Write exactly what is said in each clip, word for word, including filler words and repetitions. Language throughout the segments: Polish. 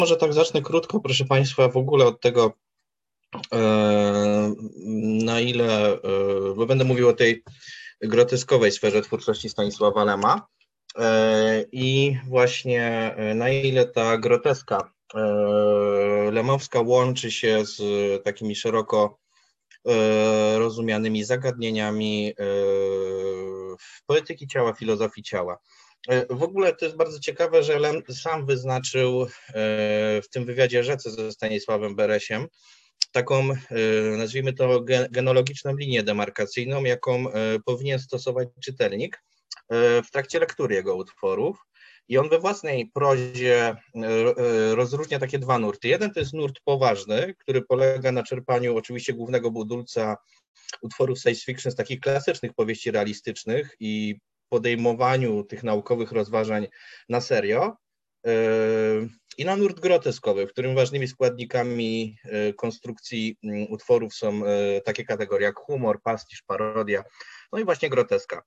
może tak zacznę krótko, proszę Państwa, w ogóle od tego, na ile, bo będę mówił o tej groteskowej sferze twórczości Stanisława Lema i właśnie na ile ta groteska lemowska łączy się z takimi szeroko rozumianymi zagadnieniami poetyki ciała, filozofii ciała. W ogóle to jest bardzo ciekawe, że Lem sam wyznaczył w tym wywiadzie Rzece ze Stanisławem Beresiem taką, nazwijmy to, genealogiczną linię demarkacyjną, jaką powinien stosować czytelnik w trakcie lektury jego utworów. I on we własnej prozie rozróżnia takie dwa nurty. Jeden to jest nurt poważny, który polega na czerpaniu oczywiście głównego budulca utworów science fiction z takich klasycznych powieści realistycznych i podejmowaniu tych naukowych rozważań na serio, i na nurt groteskowy, w którym ważnymi składnikami konstrukcji utworów są takie kategorie jak humor, pastisz, parodia, no i właśnie groteska.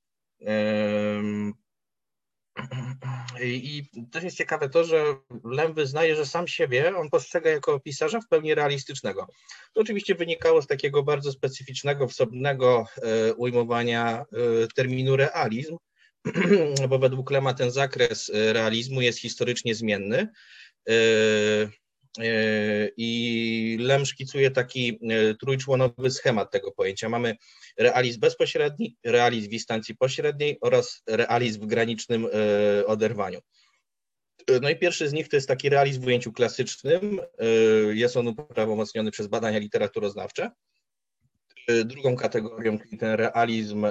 I też jest ciekawe to, że Lem wyznaje, że sam siebie on postrzega jako pisarza w pełni realistycznego. To oczywiście wynikało z takiego bardzo specyficznego, wsobnego ujmowania terminu realizm, bo według Lema ten zakres realizmu jest historycznie zmienny i Lem szkicuje taki trójczłonowy schemat tego pojęcia. Mamy realizm bezpośredni, realizm w instancji pośredniej oraz realizm w granicznym oderwaniu. No i pierwszy z nich to jest taki realizm w ujęciu klasycznym. Jest on uprawomocniony przez badania literaturoznawcze. Drugą kategorią, czyli ten realizm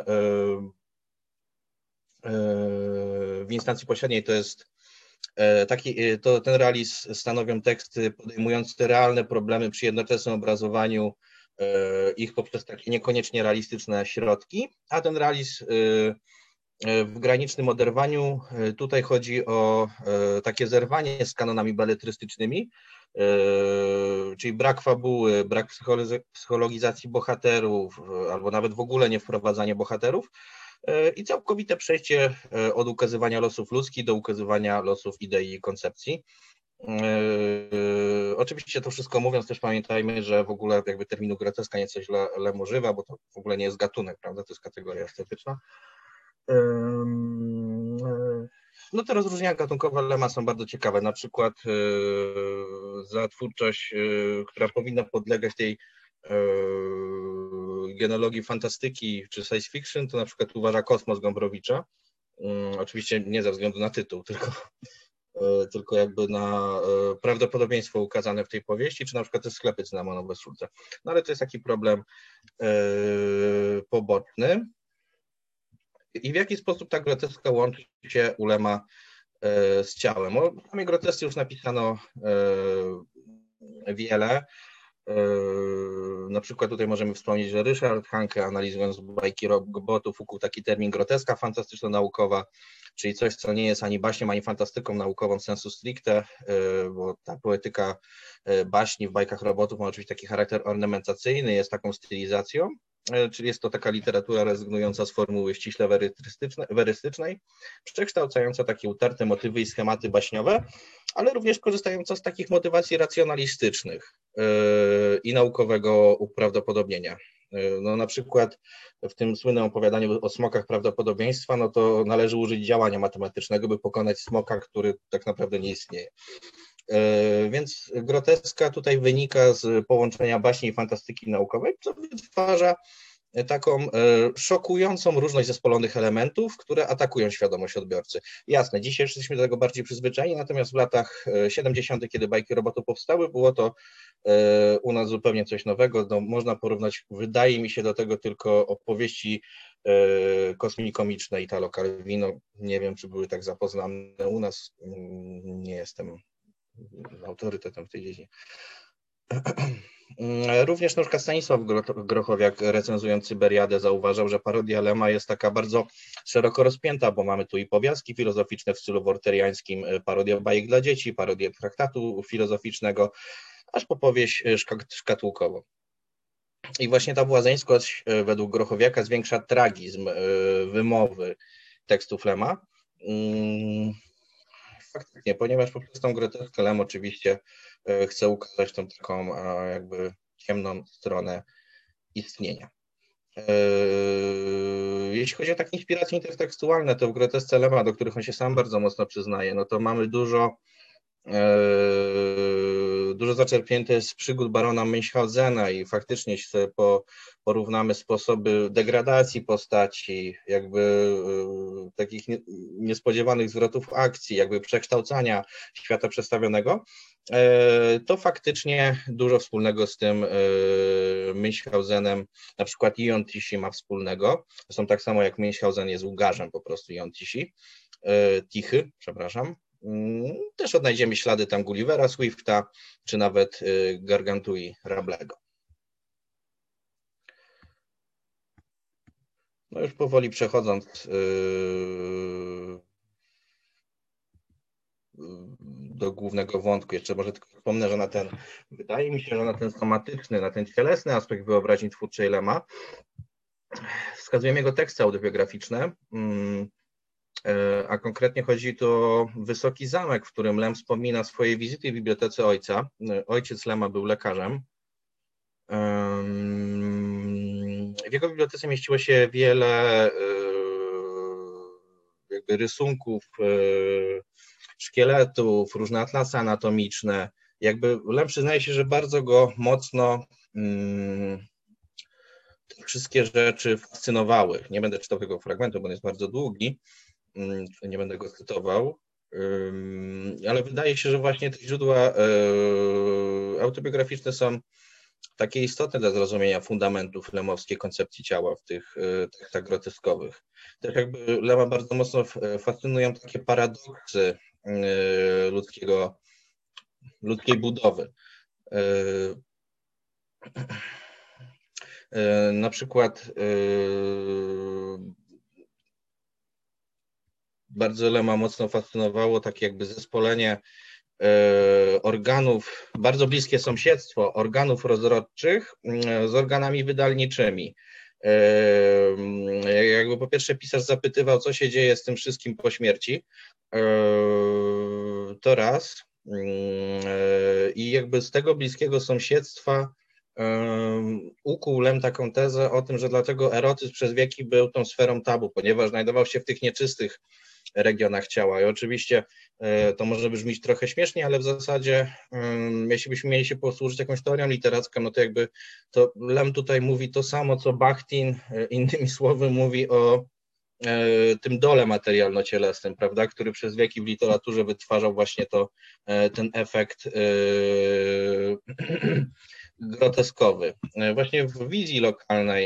w instancji pośredniej, to jest taki, to ten realizm stanowią teksty podejmujące realne problemy przy jednoczesnym obrazowaniu ich poprzez takie niekoniecznie realistyczne środki, a ten realizm w granicznym oderwaniu, tutaj chodzi o takie zerwanie z kanonami beletrystycznymi, czyli brak fabuły, brak psychologizacji bohaterów, albo nawet w ogóle nie wprowadzanie bohaterów, i całkowite przejście od ukazywania losów ludzkich do ukazywania losów idei i koncepcji. Oczywiście to wszystko mówiąc, też pamiętajmy, że w ogóle jakby terminu groteska nieco źle Lem używa, bo to w ogóle nie jest gatunek, prawda, to jest kategoria estetyczna. No te rozróżnienia gatunkowe Lema są bardzo ciekawe, na przykład za twórczość, która powinna podlegać tej genealogii fantastyki czy science fiction, to na przykład uważa Kosmos Gombrowicza, oczywiście nie ze względu na tytuł, tylko, tylko jakby na prawdopodobieństwo ukazane w tej powieści, czy na przykład te sklepy cynamonowe w Szulce. No ale to jest taki problem poboczny. I w jaki sposób ta groteska łączy się u Lema z ciałem? O samej grotesce już napisano wiele. Na przykład tutaj możemy wspomnieć, że Ryszard Hanke, analizując bajki robotów, ukuł taki termin groteska fantastyczno-naukowa, czyli coś, co nie jest ani baśnią, ani fantastyką naukową w sensu stricte, bo ta poetyka baśni w bajkach robotów ma oczywiście taki charakter ornamentacyjny, jest taką stylizacją, czyli jest to taka literatura rezygnująca z formuły ściśle werystycznej, przekształcająca takie utarte motywy i schematy baśniowe, ale również korzystająca z takich motywacji racjonalistycznych i naukowego uprawdopodobnienia. No, na przykład w tym słynnym opowiadaniu o smokach prawdopodobieństwa, no to należy użyć działania matematycznego, by pokonać smoka, który tak naprawdę nie istnieje. Więc groteska tutaj wynika z połączenia baśni i fantastyki naukowej, co wytwarza taką szokującą różność zespolonych elementów, które atakują świadomość odbiorcy. Jasne, dzisiaj jesteśmy do tego bardziej przyzwyczajeni, natomiast w latach siedemdziesiątych, kiedy bajki robotów powstały, było to u nas zupełnie coś nowego. No, można porównać, wydaje mi się, do tego tylko opowieści kosmikomiczne Italo Calvino. Nie wiem, czy były tak zapoznane u nas. Nie jestem autorytetem w tej dziedzinie. Również na przykład Stanisław Grochowiak, recenzując Cyberiadę, zauważał, że parodia Lema jest taka bardzo szeroko rozpięta, bo mamy tu i powiastki filozoficzne w stylu worteriańskim, parodia bajek dla dzieci, parodię traktatu filozoficznego, aż po powieść szkatułkową. I właśnie ta błazeńskość według Grochowiaka zwiększa tragizm wymowy tekstów Lema. faktycznie, ponieważ poprzez tą groteskę Lem oczywiście chce ukazać tą taką jakby ciemną stronę istnienia. Jeśli chodzi o takie inspiracje intertekstualne, to w grotesce Lema, do których on się sam bardzo mocno przyznaje, no to mamy dużo dużo zaczerpnięte z przygód barona Münchhausena i faktycznie, jeśli sobie porównamy sposoby degradacji postaci, jakby takich niespodziewanych zwrotów akcji, jakby przekształcania świata przedstawionego, to faktycznie dużo wspólnego z tym Münchhausenem, na przykład Ion Tichy ma wspólnego, zresztą tak samo jak Münchhausen jest łgarzem po prostu Ion Tichy, Tichy, przepraszam. Też odnajdziemy ślady tam Gullivera Swifta, czy nawet Gargantui Rablego. No już powoli przechodząc do głównego wątku, jeszcze może tylko wspomnę, że na ten, wydaje mi się, że na ten somatyczny, na ten cielesny aspekt wyobraźni twórczej Lema wskazujemy jego teksty autobiograficzne, a konkretnie chodzi tu o Wysoki Zamek, w którym Lem wspomina swoje wizyty w bibliotece ojca. Ojciec Lema był lekarzem. W jego bibliotece mieściło się wiele jakby rysunków, szkieletów, różne atlasy anatomiczne. Jakby Lem przyznaje się, że bardzo go mocno te wszystkie rzeczy fascynowały. Nie będę czytał tego fragmentu, bo on jest bardzo długi. Nie będę go cytował, ale wydaje się, że właśnie te źródła autobiograficzne są takie istotne dla zrozumienia fundamentów lemowskiej koncepcji ciała w tych tekstach groteskowych. Też jakby Lema bardzo mocno fascynują takie paradoksy ludzkiego, ludzkiej budowy. Na przykład bardzo Lema mocno fascynowało takie jakby zespolenie organów, bardzo bliskie sąsiedztwo organów rozrodczych z organami wydalniczymi. Jakby po pierwsze pisarz zapytywał, co się dzieje z tym wszystkim po śmierci, to raz. I jakby z tego bliskiego sąsiedztwa ukuł Lem taką tezę o tym, że dlatego erotyzm przez wieki był tą sferą tabu, ponieważ znajdował się w tych nieczystych regionach ciała. I oczywiście to może brzmieć trochę śmiesznie, ale w zasadzie jeśli byśmy mieli się posłużyć jakąś teorią literacką, no to jakby to Lem tutaj mówi to samo, co Bachtin, innymi słowy mówi o tym dole materialno-cielesnym, prawda, który przez wieki w literaturze wytwarzał właśnie to, ten efekt groteskowy. Właśnie w wizji lokalnej,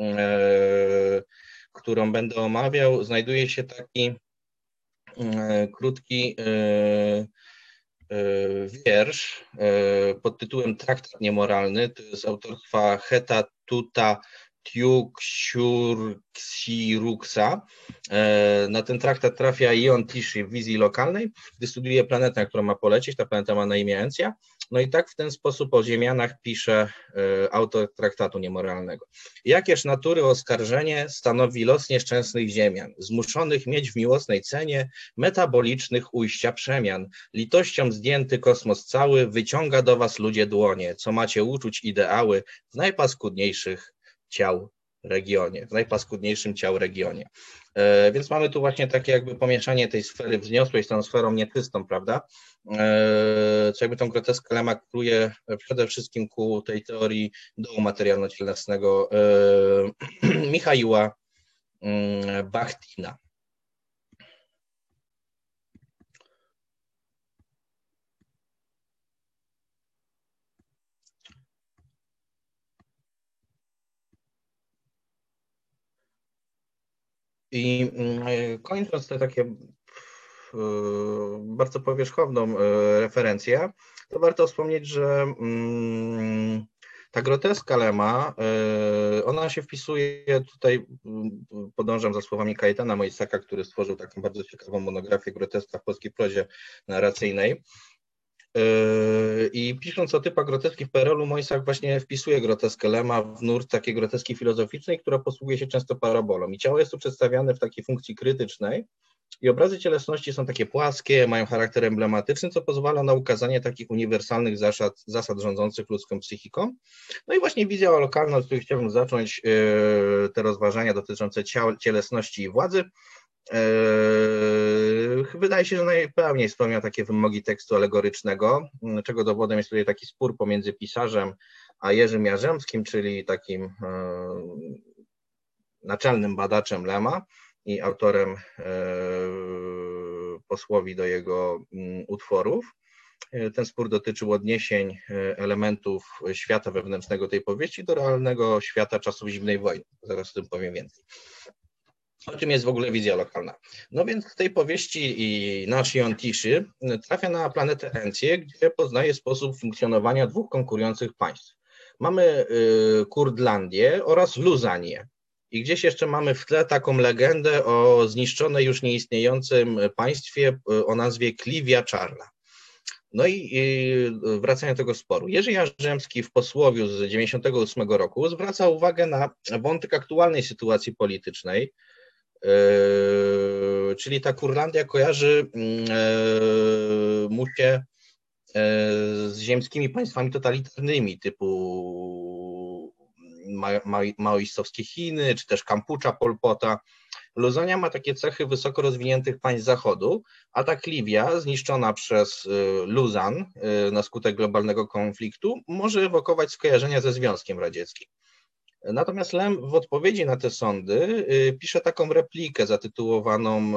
którą będę omawiał, znajduje się taki krótki wiersz pod tytułem Traktat niemoralny, to jest autorstwa Heta Tuta Tiuksiurksiruksa. Na ten traktat trafia Ion Tichy w wizji lokalnej, gdy studiuje planetę, na którą ma polecieć. Ta planeta ma na imię Encja. No i tak w ten sposób o ziemianach pisze autor traktatu niemoralnego. Jakież natury oskarżenie stanowi los nieszczęsnych ziemian, zmuszonych mieć w miłosnej cenie metabolicznych ujścia przemian. Litością zdjęty kosmos cały wyciąga do was ludzie dłonie, co macie uczuć ideały w najpaskudniejszych ciał regionie, w najpaskudniejszym ciał regionie. E, więc mamy tu właśnie takie jakby pomieszanie tej sfery wzniosłej z tą sferą nieczystą, prawda? E, co jakby tą groteskę Lema kruje przede wszystkim ku tej teorii dołu materialno-cielesnego e, Michaiła e, Bachtina. I kończąc te takie bardzo powierzchowną referencję, to warto wspomnieć, że ta groteska Lema, ona się wpisuje tutaj, podążam za słowami Kajetana Mojsaka, który stworzył taką bardzo ciekawą monografię groteska w polskiej prozie narracyjnej. I pisząc o typach groteski w P R L u, Mojsak właśnie wpisuje groteskę Lema w nurt takiej groteski filozoficznej, która posługuje się często parabolą. I ciało jest tu przedstawiane w takiej funkcji krytycznej, I obrazy cielesności są takie płaskie, mają charakter emblematyczny, co pozwala na ukazanie takich uniwersalnych zasad, zasad rządzących ludzką psychiką. No i właśnie wizja lokalna, od której chciałbym zacząć te rozważania dotyczące ciał, cielesności i władzy. Wydaje się, że najpełniej spełnia takie wymogi tekstu alegorycznego, czego dowodem jest tutaj taki spór pomiędzy pisarzem a Jerzym Jarzębskim, czyli takim naczelnym badaczem Lema i autorem posłowi do jego utworów. Ten spór dotyczył odniesień elementów świata wewnętrznego tej powieści do realnego świata czasów zimnej wojny. Zaraz o tym powiem więcej. O czym jest w ogóle wizja lokalna? No więc w tej powieści i nasz Jon Tiszy trafia na planetę Encję, gdzie poznaje sposób funkcjonowania dwóch konkurujących państw. Mamy Kurdlandię oraz Luzanię. I gdzieś jeszcze mamy w tle taką legendę o zniszczonej już nieistniejącym państwie o nazwie Kliwia Czarna. No i wracając do tego sporu. Jerzy Jarzębski w posłowiu z dziewięćdziesiątego ósmego roku zwraca uwagę na wątek aktualnej sytuacji politycznej, czyli ta Kurlandia kojarzy mu się z ziemskimi państwami totalitarnymi typu maoistowskie Chiny, czy też Kampucza Pol Pota. Luzania ma takie cechy wysoko rozwiniętych państw Zachodu, a ta Kliwia, zniszczona przez Luzan na skutek globalnego konfliktu, może ewokować skojarzenia ze Związkiem Radzieckim. Natomiast Lem w odpowiedzi na te sądy pisze taką replikę zatytułowaną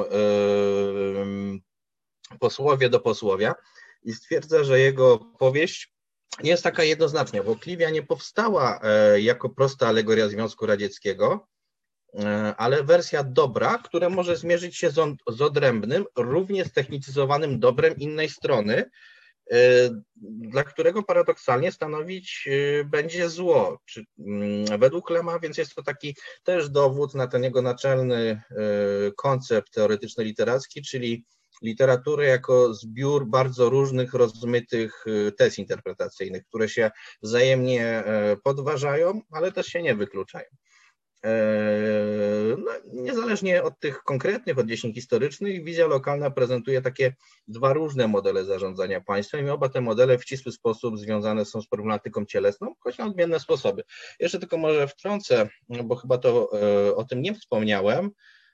Posłowie do posłowia i stwierdza, że jego powieść nie jest taka jednoznaczna, bo Kliwia nie powstała jako prosta alegoria Związku Radzieckiego, ale wersja dobra, która może zmierzyć się z odrębnym, równie ztechnicyzowanym dobrem innej strony, dla którego paradoksalnie stanowić będzie zło. Według Lema więc jest to taki też dowód na ten jego naczelny koncept teoretyczno-literacki, czyli literaturę jako zbiór bardzo różnych, rozmytych tez interpretacyjnych, które się wzajemnie podważają, ale też się nie wykluczają. No, niezależnie od tych konkretnych odniesień historycznych, wizja lokalna prezentuje takie dwa różne modele zarządzania państwem i oba te modele w ścisły sposób związane są z problematyką cielesną, choć na odmienne sposoby. Jeszcze tylko może wtrącę, bo chyba to o tym nie wspomniałem,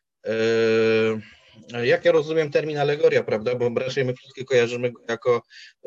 jak ja rozumiem termin alegoria, prawda, bo raczej my wszystkie kojarzymy go jako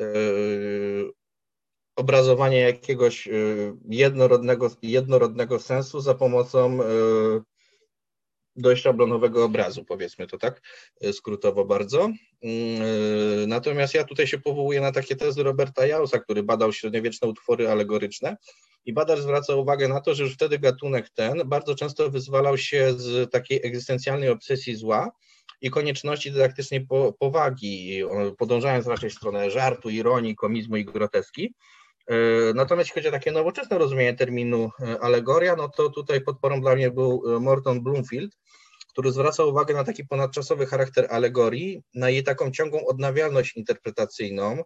obrazowanie jakiegoś jednorodnego, jednorodnego sensu za pomocą dość szablonowego obrazu, powiedzmy to tak, skrótowo bardzo. Natomiast ja tutaj się powołuję na takie tezy Roberta Jausa, który badał średniowieczne utwory alegoryczne i badacz zwraca uwagę na to, że już wtedy gatunek ten bardzo często wyzwalał się z takiej egzystencjalnej obsesji zła i konieczności dydaktycznej powagi, podążając raczej w stronę żartu, ironii, komizmu i groteski. Natomiast jeśli chodzi o takie nowoczesne rozumienie terminu alegoria, no to tutaj podporą dla mnie był Morton Bloomfield, który zwraca uwagę na taki ponadczasowy charakter alegorii, na jej taką ciągłą odnawialność interpretacyjną,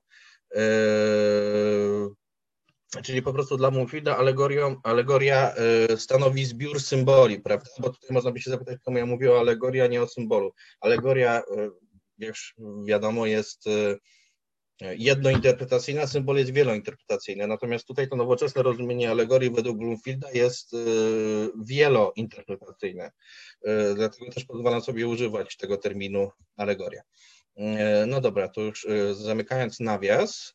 czyli po prostu dla Bloomfielda alegoria stanowi zbiór symboli, prawda? Bo tutaj można by się zapytać, czemu ja mówię o alegorii, a nie o symbolu. Alegoria, jak wiadomo, jest jednointerpretacyjna, symbol jest wielointerpretacyjny. Natomiast tutaj to nowoczesne rozumienie alegorii według Bloomfielda jest wielointerpretacyjne. Dlatego też pozwalam sobie używać tego terminu alegoria. No dobra, to już zamykając nawias.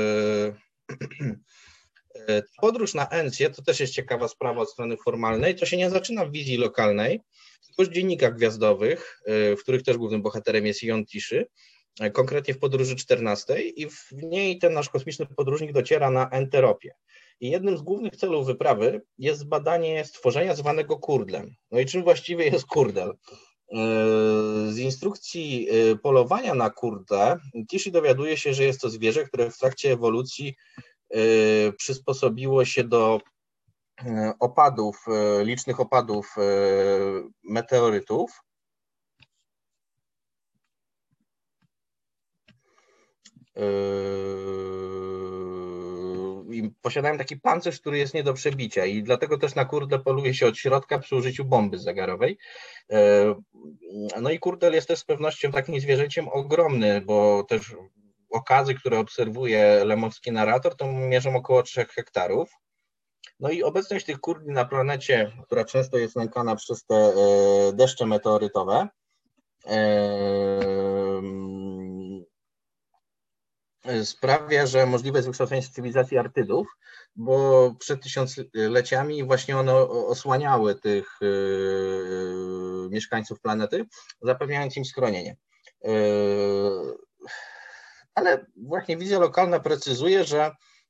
Podróż na Encję to też jest ciekawa sprawa od strony formalnej. To się nie zaczyna w wizji lokalnej, tylko w dziennikach gwiazdowych, w których też głównym bohaterem jest Jon Tiszy, konkretnie w podróży czternastej, i w niej ten nasz kosmiczny podróżnik dociera na Enteropię. I jednym z głównych celów wyprawy jest zbadanie stworzenia zwanego kurdlem. No i czym właściwie jest kurdel? Z instrukcji polowania na kurdle Tiszy dowiaduje się, że jest to zwierzę, które w trakcie ewolucji przysposobiło się do opadów, licznych opadów meteorytów. i posiadają taki pancerz, który jest nie do przebicia i dlatego też na kurdle poluje się od środka przy użyciu bomby zegarowej. No i kurdel jest też z pewnością takim zwierzęciem ogromny, bo też okazy, które obserwuje lemowski narrator, to mierzą około trzech hektarów. No i obecność tych kurdli na planecie, która często jest nękana przez te deszcze meteorytowe, sprawia, że możliwe jest wykształcenie cywilizacji Artydów, bo przed tysiącleciami właśnie one osłaniały tych mieszkańców planety, zapewniając im schronienie. Ale właśnie wizja lokalna precyzuje, że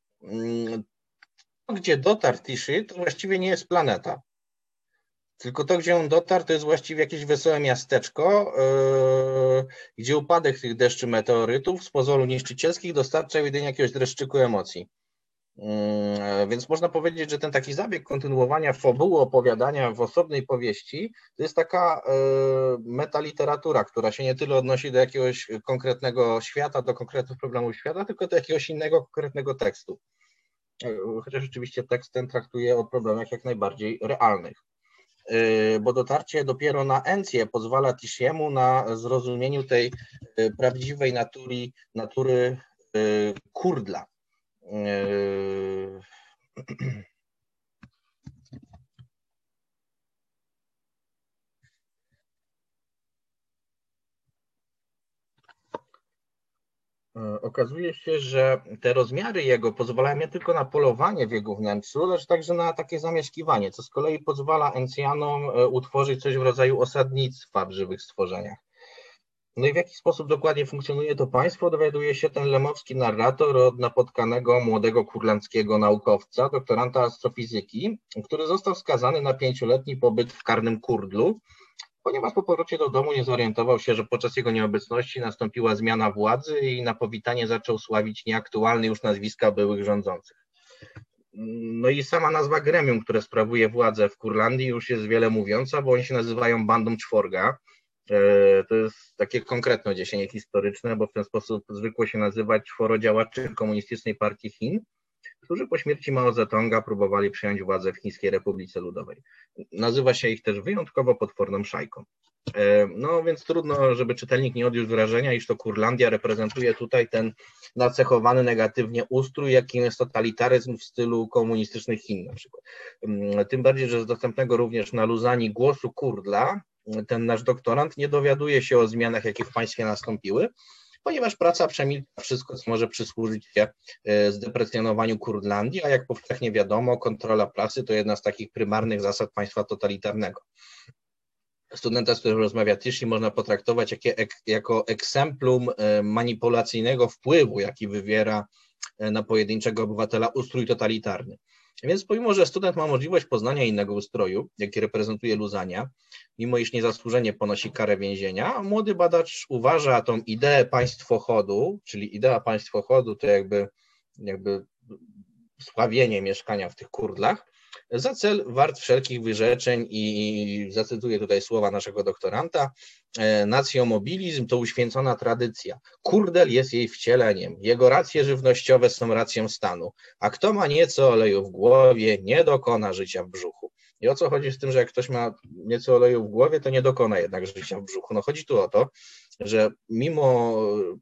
to, gdzie dotarł Tichy, to właściwie nie jest planeta. Tylko to, gdzie on dotarł, to jest właściwie jakieś wesołe miasteczko, yy, gdzie upadek tych deszczy meteorytów z pozoru niszczycielskich dostarcza jedynie jakiegoś dreszczyku emocji. Yy, więc można powiedzieć, że ten taki zabieg kontynuowania fabuły, opowiadania w osobnej powieści, to jest taka yy, metaliteratura, która się nie tyle odnosi do jakiegoś konkretnego świata, do konkretnych problemów świata, tylko do jakiegoś innego konkretnego tekstu. Yy, chociaż rzeczywiście tekst ten traktuje o problemach jak najbardziej realnych. Bo dotarcie dopiero na Encję pozwala Tishiemu na zrozumieniu tej prawdziwej natury, natury kurdla. Okazuje się, że te rozmiary jego pozwalają nie tylko na polowanie w jego wnętrzu, lecz także na takie zamieszkiwanie, co z kolei pozwala Encjanom utworzyć coś w rodzaju osadnictwa w żywych stworzeniach. No i w jaki sposób dokładnie funkcjonuje to państwo, dowiaduje się ten lemowski narrator od napotkanego młodego kurlandzkiego naukowca, doktoranta astrofizyki, który został skazany na pięcioletni pobyt w karnym kurdlu, ponieważ po powrocie do domu nie zorientował się, że podczas jego nieobecności nastąpiła zmiana władzy i na powitanie zaczął sławić nieaktualne już nazwiska byłych rządzących. No i sama nazwa gremium, które sprawuje władzę w Kurlandii, już jest wiele mówiąca, bo oni się nazywają bandą czworga. To jest takie konkretne odniesienie historyczne, bo w ten sposób zwykło się nazywać czworodziałaczy Komunistycznej Partii Chin, którzy po śmierci Mao Zedonga próbowali przejąć władzę w Chińskiej Republice Ludowej. Nazywa się ich też wyjątkowo potworną szajką. No więc trudno, żeby czytelnik nie odniósł wrażenia, iż to Kurlandia reprezentuje tutaj ten nacechowany negatywnie ustrój, jakim jest totalitaryzm w stylu komunistycznych Chin na przykład. Tym bardziej, że z dostępnego również na Luzanii głosu kurdla ten nasz doktorant nie dowiaduje się o zmianach, jakie w państwie nastąpiły, ponieważ praca przemilcza wszystko, co może przysłużyć się zdeprecjonowaniu Kurdlandii, a jak powszechnie wiadomo, kontrola prasy to jedna z takich prymarnych zasad państwa totalitarnego. Studenta, z którym rozmawia Tichy, można potraktować jako egzemplum manipulacyjnego wpływu, jaki wywiera na pojedynczego obywatela ustrój totalitarny. Więc pomimo, że student ma możliwość poznania innego ustroju, jaki reprezentuje Luzania, mimo iż niezasłużenie ponosi karę więzienia, młody badacz uważa tą ideę państwochodu, czyli idea państwochodu to jakby, jakby sławienie mieszkania w tych kurdlach, za cel wart wszelkich wyrzeczeń i zacytuję tutaj słowa naszego doktoranta: nacjomobilizm to uświęcona tradycja. Kurdel jest jej wcieleniem. Jego racje żywnościowe są racją stanu. A kto ma nieco oleju w głowie, nie dokona życia w brzuchu. I o co chodzi z tym, że jak ktoś ma nieco oleju w głowie, to nie dokona jednak życia w brzuchu? No chodzi tu o to, że mimo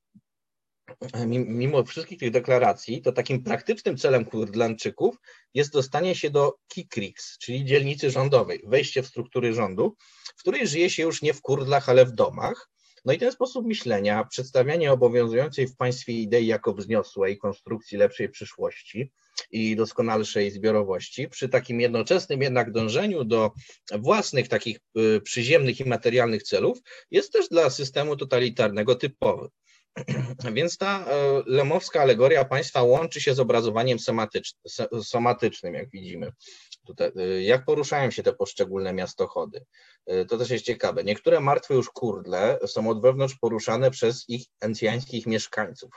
Mimo wszystkich tych deklaracji, to takim praktycznym celem Kurdlandczyków jest dostanie się do Kikriks, czyli dzielnicy rządowej, wejście w struktury rządu, w której żyje się już nie w kurdlach, ale w domach. No i ten sposób myślenia, przedstawianie obowiązującej w państwie idei jako wzniosłej, konstrukcji lepszej przyszłości i doskonalszej zbiorowości, przy takim jednoczesnym jednak dążeniu do własnych takich przyziemnych i materialnych celów, jest też dla systemu totalitarnego typowy. Więc ta lemowska alegoria państwa łączy się z obrazowaniem somatycznym, jak widzimy tutaj. Jak poruszają się te poszczególne miastochody? To też jest ciekawe. Niektóre martwe już kurdle są od wewnątrz poruszane przez ich encjańskich mieszkańców.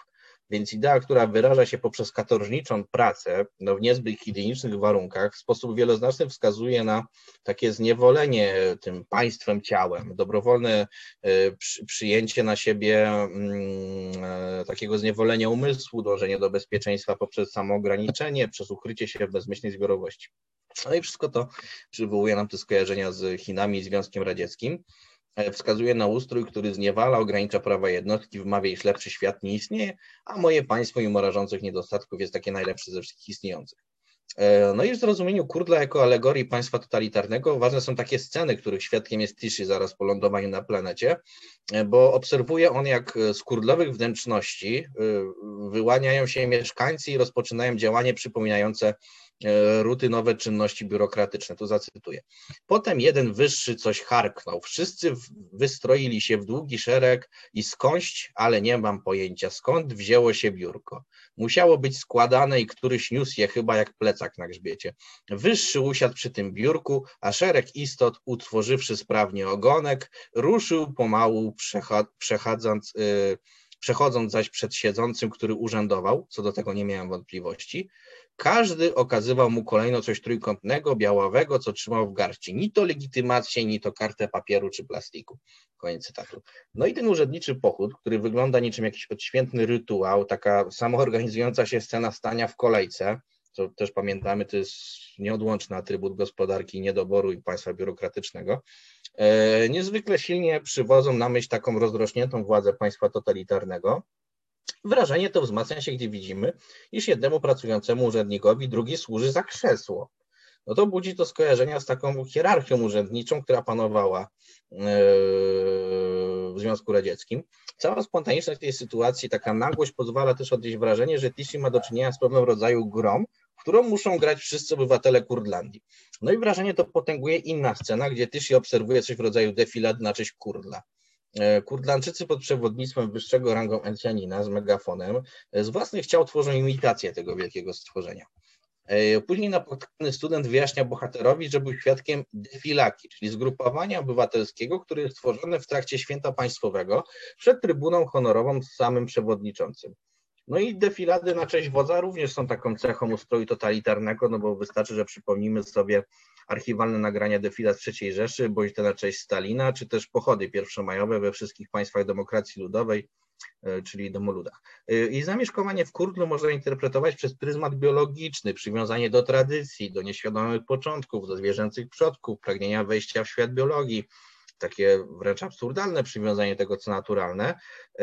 Więc idea, która wyraża się poprzez katorżniczą pracę no, w niezbyt higienicznych warunkach, w sposób wieloznaczny wskazuje na takie zniewolenie tym państwem ciałem, dobrowolne przy, przyjęcie na siebie mm, takiego zniewolenia umysłu, dążenie do bezpieczeństwa poprzez samoograniczenie, przez ukrycie się w bezmyślnej zbiorowości. No i wszystko to przywołuje nam te skojarzenia z Chinami i Związkiem Radzieckim. Wskazuje na ustrój, który zniewala, ogranicza prawa jednostki, wmawia, iż lepszy świat nie istnieje, a moje państwo, mimo rażących niedostatków, jest takie najlepsze ze wszystkich istniejących. No i w zrozumieniu Kurdla jako alegorii państwa totalitarnego ważne są takie sceny, których świadkiem jest Tichy zaraz po lądowaniu na planecie, bo obserwuje on, jak z kurdlowych wnętrzności wyłaniają się mieszkańcy i rozpoczynają działanie przypominające rutynowe czynności biurokratyczne. Tu zacytuję. Potem jeden wyższy coś harknął. Wszyscy wystroili się w długi szereg i skądś, ale nie mam pojęcia skąd, wzięło się biurko. Musiało być składane i któryś niósł je chyba jak plecak na grzbiecie. Wyższy usiadł przy tym biurku, a szereg istot, utworzywszy sprawnie ogonek, ruszył pomału, przechadząc, yy, przechodząc zaś przed siedzącym, który urzędował, co do tego nie miałem wątpliwości. Każdy okazywał mu kolejno coś trójkątnego, białawego, co trzymał w garści. Ni to legitymację, ni to kartę papieru czy plastiku. Koniec cytatu. No i ten urzędniczy pochód, który wygląda niczym jakiś odświętny rytuał, taka samoorganizująca się scena stania w kolejce, co też pamiętamy, to jest nieodłączny atrybut gospodarki, niedoboru i państwa biurokratycznego, e, niezwykle silnie przywodzą na myśl taką rozrośniętą władzę państwa totalitarnego. Wrażenie to wzmacnia się, gdzie widzimy, iż jednemu pracującemu urzędnikowi drugi służy za krzesło. No to budzi to skojarzenia z taką hierarchią urzędniczą, która panowała w Związku Radzieckim. Cała spontaniczność tej sytuacji, taka nagłość pozwala też odnieść wrażenie, że Tichy ma do czynienia z pewnego rodzaju grą, w którą muszą grać wszyscy obywatele Kurdlandii. No i wrażenie to potęguje inna scena, gdzie Tichy obserwuje coś w rodzaju defilady na cześć Kurdla. Kurdlandczycy pod przewodnictwem wyższego rangą Encjanina z megafonem z własnych ciał tworzą imitację tego wielkiego stworzenia. Później napotkany student wyjaśnia bohaterowi, że był świadkiem defilaki, czyli zgrupowania obywatelskiego, które jest tworzone w trakcie święta państwowego przed trybuną honorową z samym przewodniczącym. No i defilady na cześć wodza również są taką cechą ustroju totalitarnego, no bo wystarczy, że przypomnimy sobie archiwalne nagrania defilad trzeciej Rzeszy, bądź te na cześć Stalina, czy też pochody pierwszomajowe we wszystkich państwach demokracji ludowej, czyli domoludach. I zamieszkowanie w Kurdlu można interpretować przez pryzmat biologiczny, przywiązanie do tradycji, do nieświadomych początków, do zwierzęcych przodków, pragnienia wejścia w świat biologii, takie wręcz absurdalne przywiązanie tego, co naturalne.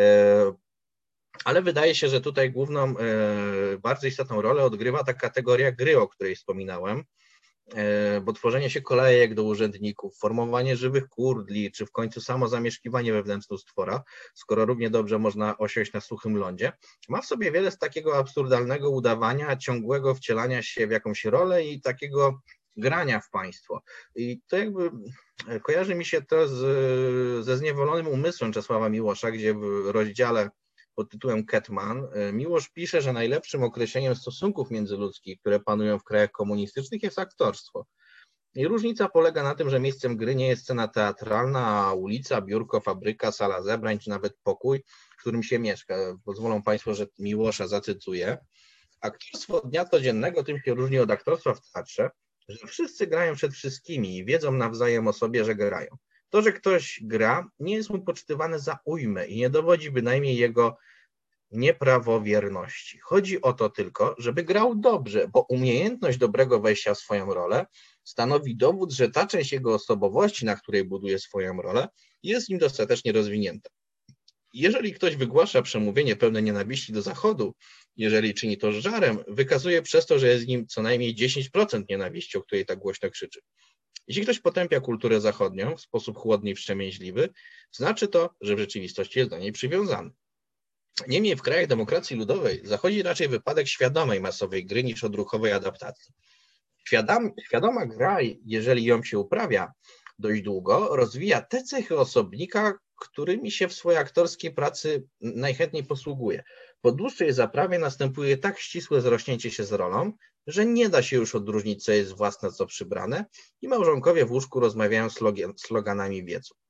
Ale wydaje się, że tutaj główną, bardzo istotną rolę odgrywa ta kategoria gry, o której wspominałem, bo tworzenie się kolejek do urzędników, formowanie żywych kurdli, czy w końcu samo zamieszkiwanie we wnętrzu stwora, skoro równie dobrze można osiąść na suchym lądzie, ma w sobie wiele z takiego absurdalnego udawania, ciągłego wcielania się w jakąś rolę i takiego grania w państwo. I to jakby kojarzy mi się to z, ze Zniewolonym umysłem Czesława Miłosza, gdzie w rozdziale pod tytułem Ketman Miłosz pisze, że najlepszym określeniem stosunków międzyludzkich, które panują w krajach komunistycznych, jest aktorstwo. I różnica polega na tym, że miejscem gry nie jest scena teatralna, a ulica, biurko, fabryka, sala zebrań, czy nawet pokój, w którym się mieszka. Pozwolą Państwo, że Miłosza zacytuję. Aktorstwo dnia codziennego tym się różni od aktorstwa w teatrze, że wszyscy grają przed wszystkimi i wiedzą nawzajem o sobie, że grają. To, że ktoś gra, nie jest mu poczytywane za ujmę i nie dowodzi bynajmniej jego nieprawowierności. Chodzi o to tylko, żeby grał dobrze, bo umiejętność dobrego wejścia w swoją rolę stanowi dowód, że ta część jego osobowości, na której buduje swoją rolę, jest nim dostatecznie rozwinięta. Jeżeli ktoś wygłasza przemówienie pełne nienawiści do Zachodu, jeżeli czyni to z żarem, wykazuje przez to, że jest w nim co najmniej dziesięć procent nienawiści, o której tak głośno krzyczy. Jeśli ktoś potępia kulturę zachodnią w sposób chłodny i wstrzemięźliwy, znaczy to, że w rzeczywistości jest do niej przywiązany. Niemniej w krajach demokracji ludowej zachodzi raczej wypadek świadomej masowej gry niż odruchowej adaptacji. Świadom, świadoma gra, jeżeli ją się uprawia dość długo, rozwija te cechy osobnika, którymi się w swojej aktorskiej pracy najchętniej posługuje. Po dłuższej zaprawie następuje tak ścisłe zrośnięcie się z rolą, że nie da się już odróżnić, co jest własne, co przybrane i małżonkowie w łóżku rozmawiają slogan, sloganami wieców.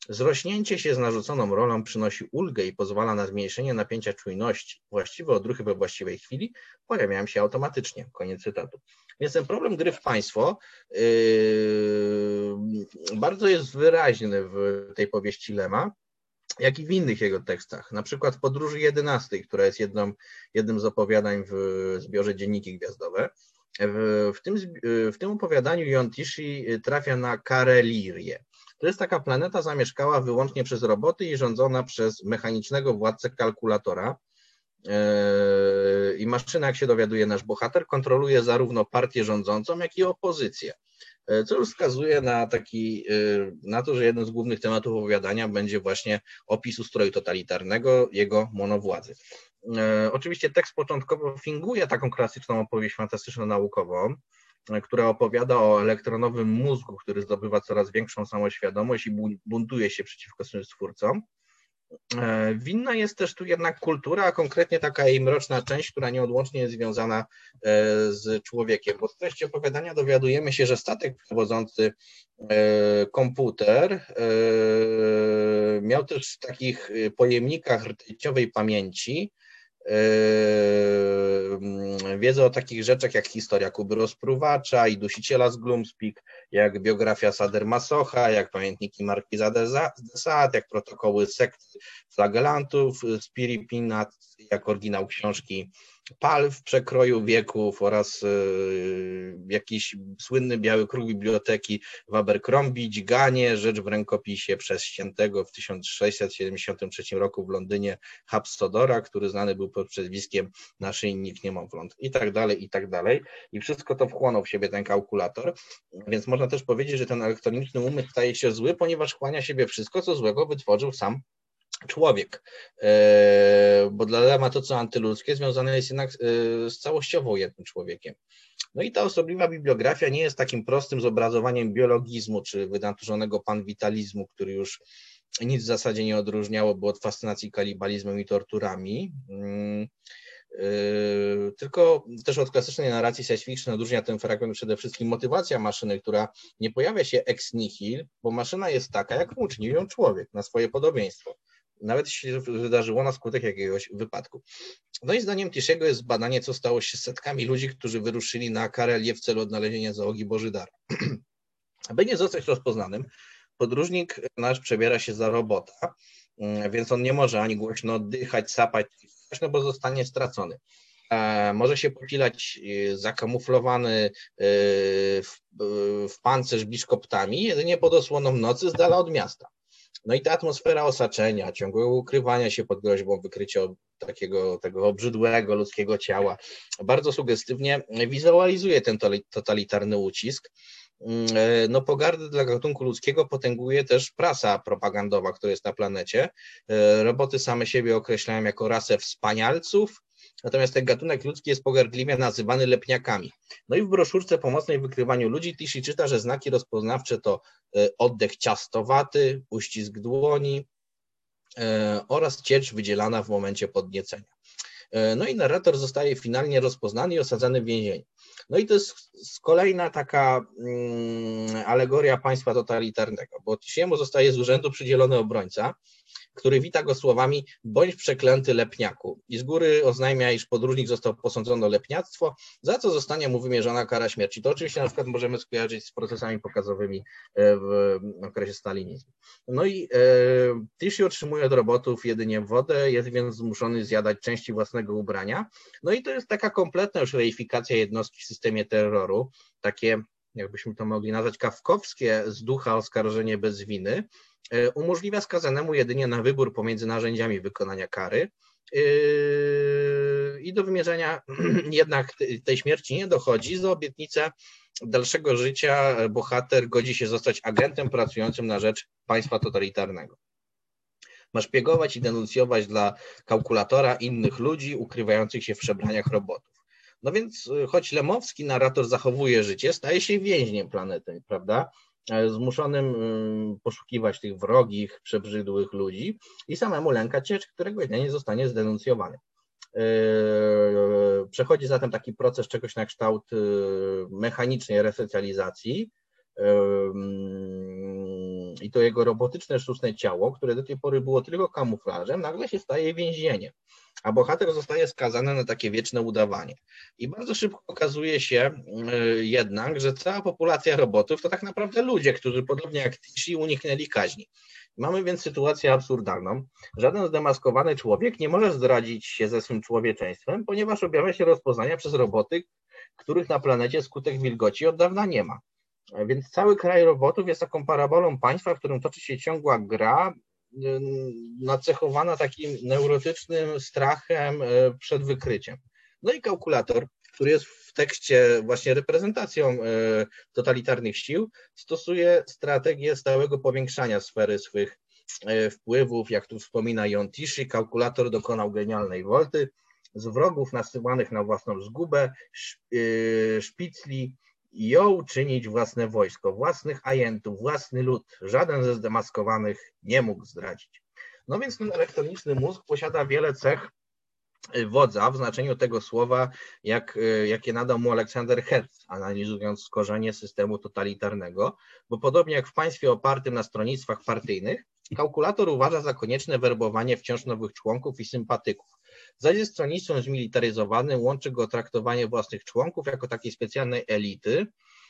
Zrośnięcie się z narzuconą rolą przynosi ulgę i pozwala na zmniejszenie napięcia czujności. Właściwe odruchy we właściwej chwili pojawiają się automatycznie. Koniec cytatu. Więc ten problem gry w państwo yy, bardzo jest wyraźny w tej powieści Lema, jak i w innych jego tekstach. Na przykład w Podróży jedenastej, która jest jedną, jednym z opowiadań w zbiorze Dzienniki Gwiazdowe. W, w, tym, w tym opowiadaniu Jontishi trafia na Karelirię. To jest taka planeta zamieszkała wyłącznie przez roboty i rządzona przez mechanicznego władcę kalkulatora. I maszyna, jak się dowiaduje nasz bohater, kontroluje zarówno partię rządzącą, jak i opozycję. Co już wskazuje na, taki, na to, że jednym z głównych tematów opowiadania będzie właśnie opis ustroju totalitarnego, jego monowładzy. Oczywiście tekst początkowo finguje taką klasyczną opowieść fantastyczno-naukową, która opowiada o elektronowym mózgu, który zdobywa coraz większą samoświadomość i buntuje się przeciwko swym stwórcom. Winna jest też tu jednak kultura, a konkretnie taka jej mroczna część, która nieodłącznie jest związana z człowiekiem. Bo z treści opowiadania dowiadujemy się, że statek przewodzący komputer miał też w takich pojemnikach rtęciowej pamięci wiedzę o takich rzeczach jak historia Kuby Rozpruwacza i Dusiciela z Gloomspeak, jak biografia Sader-Masocha, jak pamiętniki Markiza de Sade, jak protokoły sekt flagellantów z Piripinat, jak oryginał książki Pal w przekroju wieków oraz y, jakiś słynny biały kruk biblioteki w Abercrombie, Dźganie, rzecz w rękopisie przez ściętego w tysiąc sześćset siedemdziesiątym trzecim roku w Londynie Habsodora, który znany był pod przezwiskiem Naszyjnik Niemowląt i tak dalej, i tak dalej. I wszystko to wchłonął w siebie ten kalkulator, więc można też powiedzieć, że ten elektroniczny umysł staje się zły, ponieważ wchłania siebie wszystko, co złego wytworzył sam człowiek, bo dla Lema to, co antyludzkie, związane jest jednak z całościowo jednym człowiekiem. No i ta osobliwa bibliografia nie jest takim prostym zobrazowaniem biologizmu czy wynaturzonego panwitalizmu, który już nic w zasadzie nie odróżniało by od fascynacji kanibalizmem i torturami, tylko też od klasycznej narracji science fiction odróżnia ten fragment przede wszystkim motywacja maszyny, która nie pojawia się ex nihil, bo maszyna jest taka, jak uczynił ją człowiek na swoje podobieństwo. Nawet jeśli się wydarzyło na skutek jakiegoś wypadku. No i zdaniem Tishiego jest badanie, co stało się z setkami ludzi, którzy wyruszyli na Karelię w celu odnalezienia załogi Bożydara. Aby nie zostać rozpoznanym, podróżnik nasz przebiera się za robota, więc on nie może ani głośno oddychać, sapać, no bo zostanie stracony. Może się pochylać zakamuflowany w, w pancerz biszkoptami, jedynie pod osłoną nocy z dala od miasta. No i ta atmosfera osaczenia, ciągłego ukrywania się pod groźbą wykrycia takiego tego obrzydłego ludzkiego ciała bardzo sugestywnie wizualizuje ten totalitarny ucisk. No pogardę dla gatunku ludzkiego potęguje też prasa propagandowa, która jest na planecie. Roboty same siebie określają jako rasę wspanialców, natomiast ten gatunek ludzki jest pogardliwie nazywany lepniakami. No i w broszurce pomocnej w wykrywaniu ludzi Tishi czyta, że znaki rozpoznawcze to oddech ciastowaty, uścisk dłoni oraz ciecz wydzielana w momencie podniecenia. No i narrator zostaje finalnie rozpoznany i osadzany w więzieniu. No i to jest kolejna taka alegoria państwa totalitarnego, bo Tishiemu zostaje z urzędu przydzielony obrońca, który wita go słowami: bądź przeklęty lepniaku, i z góry oznajmia, iż podróżnik został posądzony o lepniactwo, za co zostanie mu wymierzona kara śmierci. To oczywiście na przykład możemy skojarzyć z procesami pokazowymi w okresie stalinizmu. No i e, Tishi otrzymuje od robotów jedynie wodę, jest więc zmuszony zjadać części własnego ubrania. No i to jest taka kompletna już reifikacja jednostki w systemie terroru, takie, jakbyśmy to mogli nazwać, kafkowskie z ducha oskarżenie bez winy, umożliwia skazanemu jedynie na wybór pomiędzy narzędziami wykonania kary i do wymierzenia jednak tej śmierci nie dochodzi. Za obietnicę dalszego życia bohater godzi się zostać agentem pracującym na rzecz państwa totalitarnego. Ma szpiegować i denuncjować dla kalkulatora innych ludzi ukrywających się w przebraniach robotów. No więc choć Lemowski narrator zachowuje życie, staje się więźniem planety, prawda? Zmuszonym poszukiwać tych wrogich, przebrzydłych ludzi i samemu lęka ciecz, którego dnia nie zostanie zdenuncjowany. Przechodzi zatem taki proces czegoś na kształt mechanicznej resocjalizacji, i to jego robotyczne, sztuczne ciało, które do tej pory było tylko kamuflażem, nagle się staje więzieniem, a bohater zostaje skazany na takie wieczne udawanie. I bardzo szybko okazuje się jednak, że cała populacja robotów to tak naprawdę ludzie, którzy podobnie jak Tichy uniknęli kaźni. Mamy więc sytuację absurdalną. Żaden zdemaskowany człowiek nie może zdradzić się ze swym człowieczeństwem, ponieważ objawia się rozpoznania przez roboty, których na planecie skutek wilgoci od dawna nie ma. Więc cały kraj robotów jest taką parabolą państwa, w którym toczy się ciągła gra, nacechowana takim neurotycznym strachem przed wykryciem. No i kalkulator, który jest w tekście właśnie reprezentacją totalitarnych sił, stosuje strategię stałego powiększania sfery swych wpływów. Jak tu wspomina Jon Tichy, kalkulator dokonał genialnej wolty, z wrogów nasyłanych na własną zgubę, szpicli jął czynić własne wojsko, własnych agentów, własny lud. Żaden ze zdemaskowanych nie mógł zdradzić. No więc ten elektroniczny mózg posiada wiele cech wodza w znaczeniu tego słowa, jak, jakie nadał mu Aleksander Hertz, analizując korzenie systemu totalitarnego, bo podobnie jak w państwie opartym na stronnictwach partyjnych, kalkulator uważa za konieczne werbowanie wciąż nowych członków i sympatyków. Zaś ze stronnictwem zmilitaryzowanym łączy go traktowanie własnych członków jako takiej specjalnej elity,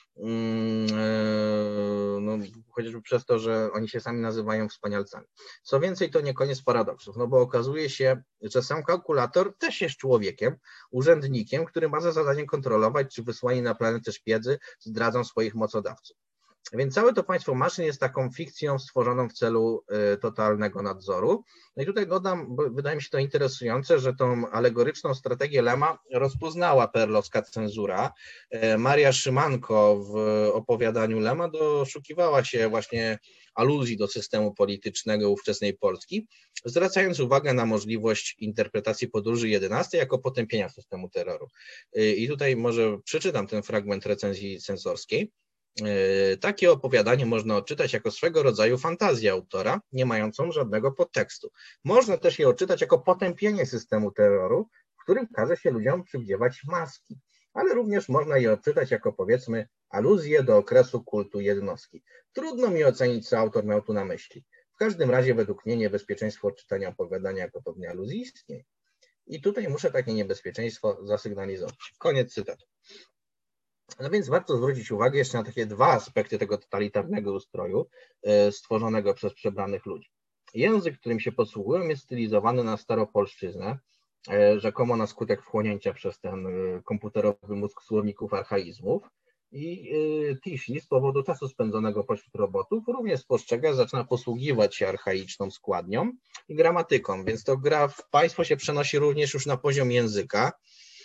no, chociażby przez to, że oni się sami nazywają wspanialcami. Co więcej, to nie koniec paradoksów, no bo okazuje się, że sam kalkulator też jest człowiekiem, urzędnikiem, który ma za zadanie kontrolować, czy wysłani na planetę szpiedzy zdradzą swoich mocodawców. Więc całe to państwo maszyn jest taką fikcją stworzoną w celu totalnego nadzoru. No i tutaj dodam, bo wydaje mi się to interesujące, że tą alegoryczną strategię Lema rozpoznała perlowska cenzura. Maria Szymanko w opowiadaniu Lema doszukiwała się właśnie aluzji do systemu politycznego ówczesnej Polski, zwracając uwagę na możliwość interpretacji podróży jedenastej jako potępienia systemu terroru. I tutaj może przeczytam ten fragment recenzji censorskiej. Takie opowiadanie można odczytać jako swego rodzaju fantazję autora, nie mającą żadnego podtekstu. Można też je odczytać jako potępienie systemu terroru, w którym każe się ludziom przywdziewać maski, ale również można je odczytać jako, powiedzmy, aluzję do okresu kultu jednostki. Trudno mi ocenić, co autor miał tu na myśli. W każdym razie według mnie niebezpieczeństwo odczytania opowiadania jako pewnej aluzji istnieje. I tutaj muszę takie niebezpieczeństwo zasygnalizować. Koniec cytatu. No więc warto zwrócić uwagę jeszcze na takie dwa aspekty tego totalitarnego ustroju stworzonego przez przebranych ludzi. Język, którym się posługują, jest stylizowany na staropolszczyznę, rzekomo na skutek wchłonięcia przez ten komputerowy mózg słowników archaizmów. I Tichy z powodu czasu spędzonego pośród robotów również spostrzega, zaczyna posługiwać się archaiczną składnią i gramatyką, więc to gra w państwo się przenosi również już na poziom języka.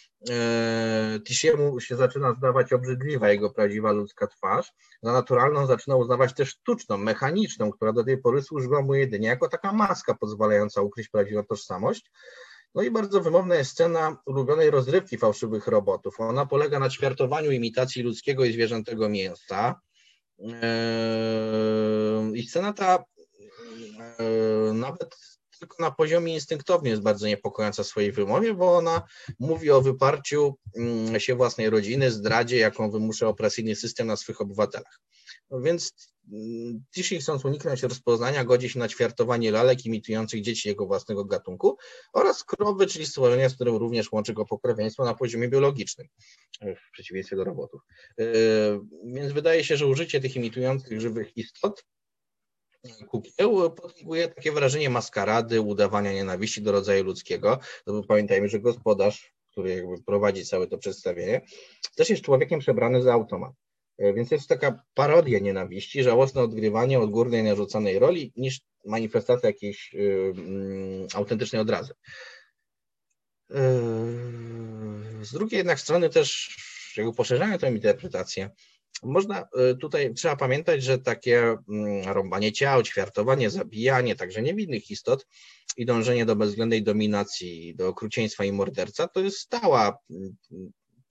Tichy'emu się zaczyna zdawać obrzydliwa jego prawdziwa ludzka twarz, za naturalną zaczyna uznawać też sztuczną, mechaniczną, która do tej pory służyła mu jedynie jako taka maska pozwalająca ukryć prawdziwą tożsamość. No i bardzo wymowna jest scena ulubionej rozrywki fałszywych robotów. Ona polega na ćwiartowaniu imitacji ludzkiego i zwierzętego mięsa. I scena ta nawet tylko na poziomie instynktownym jest bardzo niepokojąca w swojej wymowie, bo ona mówi o wyparciu się własnej rodziny, zdradzie, jaką wymusza opresyjny system na swych obywatelach. No więc Tichy, chcąc uniknąć rozpoznania, godzi się na ćwiartowanie lalek imitujących dzieci jego własnego gatunku oraz krowy, czyli stworzenia, z którym również łączy go pokrewieństwo na poziomie biologicznym, w przeciwieństwie do robotów. Więc wydaje się, że użycie tych imitujących żywych istot kukieł potęguje takie wrażenie maskarady, udawania nienawiści do rodzaju ludzkiego. No bo pamiętajmy, że gospodarz, który jakby prowadzi całe to przedstawienie, też jest człowiekiem przebrany za automat. Więc jest taka parodia nienawiści, żałosne odgrywanie odgórnej narzuconej roli niż manifestacja jakiejś yy, yy, autentycznej odrazy. Yy, z drugiej jednak strony też, jakby poszerzając tę interpretację, można tutaj, trzeba pamiętać, że takie rąbanie ciał, ćwiartowanie, zabijanie także niewinnych istot i dążenie do bezwzględnej dominacji, do okrucieństwa i morderca, to jest stała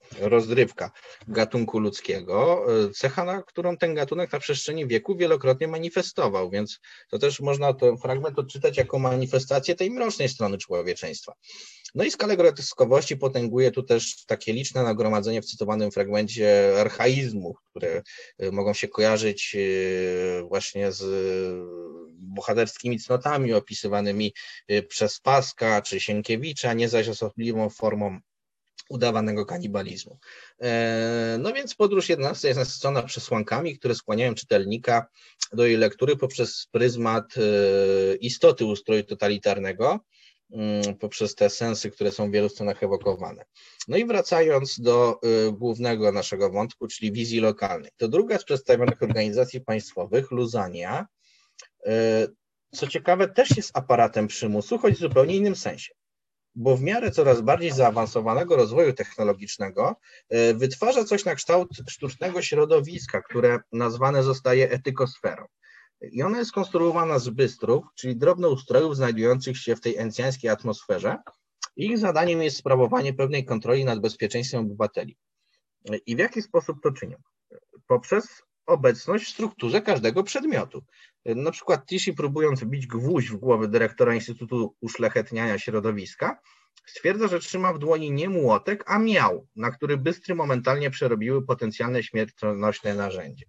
rozrywka gatunku ludzkiego, cecha, na którą ten gatunek na przestrzeni wieku wielokrotnie manifestował, więc to też można ten fragment odczytać jako manifestację tej mrocznej strony człowieczeństwa. No i skalę groteskowości potęguje tu też takie liczne nagromadzenie w cytowanym fragmencie archaizmów, które mogą się kojarzyć właśnie z bohaterskimi cnotami opisywanymi przez Spasska czy Sienkiewicza, nie zaś osobliwą formą udawanego kanibalizmu. No więc podróż jedenasta jest nasycona przesłankami, które skłaniają czytelnika do jej lektury poprzez pryzmat istoty ustroju totalitarnego, poprzez te sensy, które są w wielu stronach ewokowane. No i wracając do głównego naszego wątku, czyli wizji lokalnej. To druga z przedstawionych organizacji państwowych, Luzania, co ciekawe, też jest aparatem przymusu, choć w zupełnie innym sensie, bo w miarę coraz bardziej zaawansowanego rozwoju technologicznego wytwarza coś na kształt sztucznego środowiska, które nazwane zostaje etykosferą. I ona jest konstruowana z bystrów, czyli drobnoustrojów znajdujących się w tej encjańskiej atmosferze. Ich zadaniem jest sprawowanie pewnej kontroli nad bezpieczeństwem obywateli. I w jaki sposób to czynią? Poprzez obecność w strukturze każdego przedmiotu. Na przykład Tichy, próbując wbić gwóźdź w głowę dyrektora Instytutu Uszlachetniania Środowiska, stwierdza, że trzyma w dłoni nie młotek, a miał, na który bystry momentalnie przerobiły potencjalne śmiercionośne narzędzie.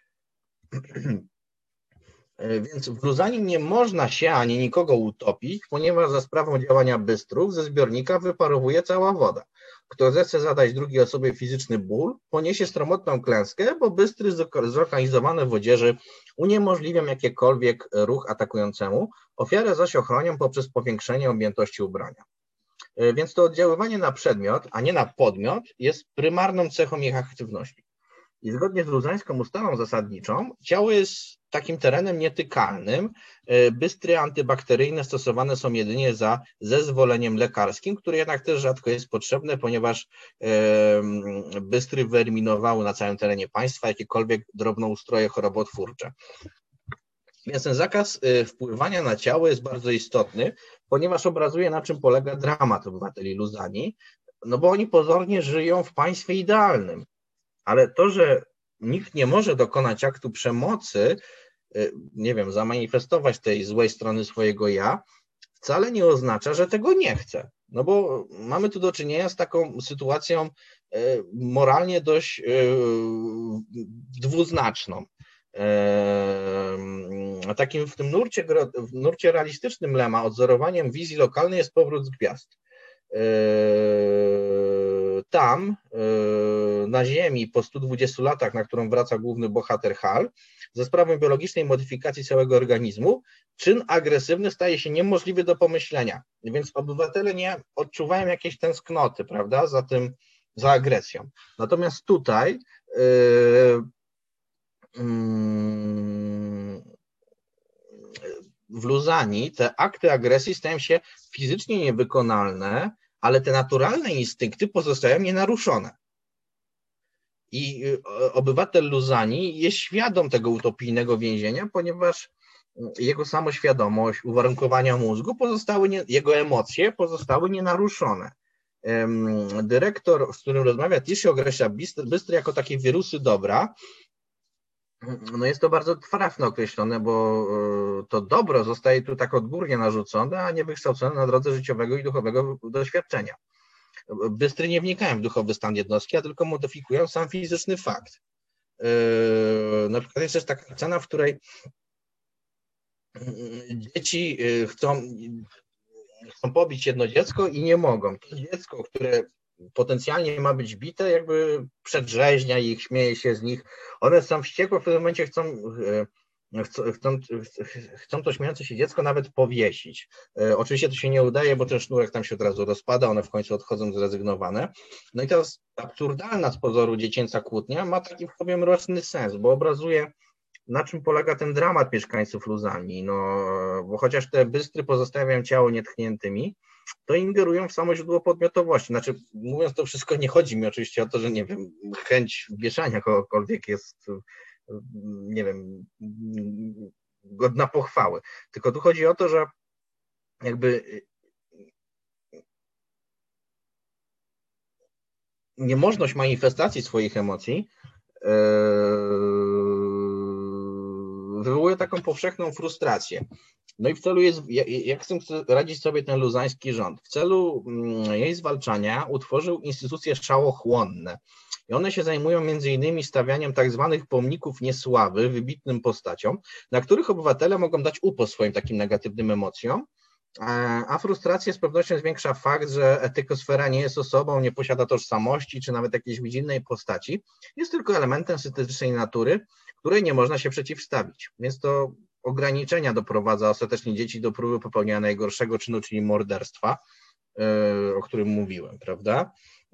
Więc w Luzanii nie można się ani nikogo utopić, ponieważ za sprawą działania bystrów ze zbiornika wyparowuje cała woda. Kto zechce zadać drugiej osobie fizyczny ból, poniesie sromotną klęskę, bo bystry zorganizowane w odzieży uniemożliwią jakikolwiek ruch atakującemu, ofiarę zaś ochronią poprzez powiększenie objętości ubrania. Więc to oddziaływanie na przedmiot, a nie na podmiot, jest prymarną cechą ich aktywności. I zgodnie z luzańską ustalą zasadniczą, ciało jest takim terenem nietykalnym. Bystry antybakteryjne stosowane są jedynie za zezwoleniem lekarskim, które jednak też rzadko jest potrzebne, ponieważ bystry wyeliminowały na całym terenie państwa jakiekolwiek drobnoustroje chorobotwórcze. Więc ten zakaz wpływania na ciało jest bardzo istotny, ponieważ obrazuje, na czym polega dramat obywateli Luzanii, no bo oni pozornie żyją w państwie idealnym. Ale to, że nikt nie może dokonać aktu przemocy, nie wiem, zamanifestować tej złej strony swojego ja, wcale nie oznacza, że tego nie chce. No bo mamy tu do czynienia z taką sytuacją moralnie dość dwuznaczną. Takim w tym nurcie, w nurcie realistycznym Lema odzorowaniem wizji lokalnej jest powrót z gwiazd. Tam, na Ziemi, po stu dwudziestu latach, na którą wraca główny bohater Hal, ze sprawą biologicznej modyfikacji całego organizmu, czyn agresywny staje się niemożliwy do pomyślenia. Więc obywatele nie odczuwają jakiejś tęsknoty, prawda, za tym, za agresją. Natomiast tutaj yy, yy, w Luzanii te akty agresji stają się fizycznie niewykonalne, ale te naturalne instynkty pozostają nienaruszone. I obywatel Luzanii jest świadom tego utopijnego więzienia, ponieważ jego samoświadomość, uwarunkowania mózgu pozostały, nie, jego emocje pozostały nienaruszone. Dyrektor, z którym rozmawia Tichy, określa bystry jako takie wirusy dobra. No jest to bardzo trafne określone, bo to dobro zostaje tu tak odgórnie narzucone, a nie wykształcone na drodze życiowego i duchowego doświadczenia. Bystry nie wnikają w duchowy stan jednostki, a tylko modyfikują sam fizyczny fakt. Na przykład jest też taka scena, w której dzieci chcą, chcą pobić jedno dziecko i nie mogą. To dziecko, które potencjalnie ma być bite, jakby przedrzeźnia ich, śmieje się z nich. One są wściekłe, w pewnym momencie chcą, chcą, chcą, chcą to śmiejące się dziecko nawet powiesić. Oczywiście to się nie udaje, bo ten sznurek tam się od razu rozpada, one w końcu odchodzą zrezygnowane. No i teraz absurdalna z pozoru dziecięca kłótnia ma taki w sobie mroczny sens, bo obrazuje, na czym polega ten dramat mieszkańców Luzanii. No, bo chociaż te bystry pozostawiają ciało nietkniętymi, to ingerują w samo źródło podmiotowości. Znaczy, mówiąc to wszystko, nie chodzi mi oczywiście o to, że nie wiem, chęć wieszania kogokolwiek jest, nie wiem, godna pochwały. Tylko tu chodzi o to, że jakby niemożność manifestacji swoich emocji wywołuje taką powszechną frustrację. No i w celu jest, jak z tym chce radzić sobie ten luzański rząd? W celu jej zwalczania utworzył instytucje szałochłonne. I one się zajmują między innymi stawianiem tak zwanych pomników niesławy wybitnym postaciom, na których obywatele mogą dać upust swoim takim negatywnym emocjom, a frustrację z pewnością zwiększa fakt, że etykosfera nie jest osobą, nie posiada tożsamości, czy nawet jakiejś innej postaci, jest tylko elementem syntetycznej natury, której nie można się przeciwstawić. Więc to ograniczenia doprowadza ostatecznie dzieci do próby popełnienia najgorszego czynu, czyli morderstwa, o którym mówiłem, prawda?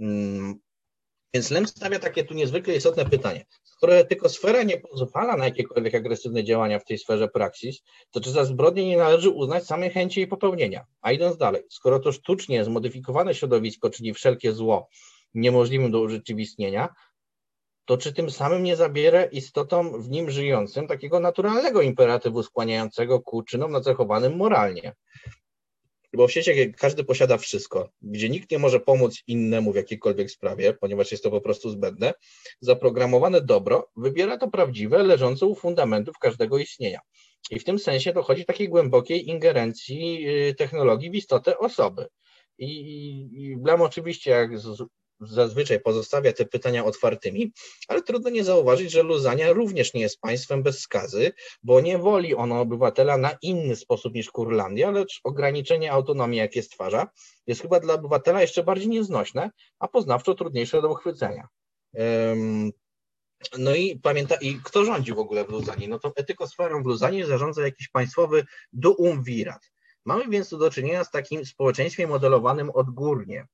Więc Lem stawia takie tu niezwykle istotne pytanie. Skoro etykosfera nie pozwala na jakiekolwiek agresywne działania w tej sferze praksis, to czy za zbrodnię nie należy uznać samej chęci jej popełnienia? A idąc dalej, skoro to sztucznie zmodyfikowane środowisko, czyli wszelkie zło niemożliwym do urzeczywistnienia, to czy tym samym nie zabiera istotom w nim żyjącym takiego naturalnego imperatywu skłaniającego ku czynom nacechowanym moralnie? Bo w świecie każdy posiada wszystko, gdzie nikt nie może pomóc innemu w jakiejkolwiek sprawie, ponieważ jest to po prostu zbędne, zaprogramowane dobro wybiera to prawdziwe, leżące u fundamentów każdego istnienia. I w tym sensie dochodzi do takiej głębokiej ingerencji technologii w istotę osoby. I, i Blum oczywiście, jak z, zazwyczaj pozostawia te pytania otwartymi, ale trudno nie zauważyć, że Luzania również nie jest państwem bez skazy, bo nie woli ono obywatela na inny sposób niż Kurlandia, lecz ograniczenie autonomii, jakie stwarza, jest chyba dla obywatela jeszcze bardziej nieznośne, a poznawczo trudniejsze do uchwycenia. Um, No i pamięta, i kto rządzi w ogóle w Luzanii? No to etykosferą w Luzanii zarządza jakiś państwowy duumvirat. Mamy więc tu do czynienia z takim społeczeństwem modelowanym odgórnie.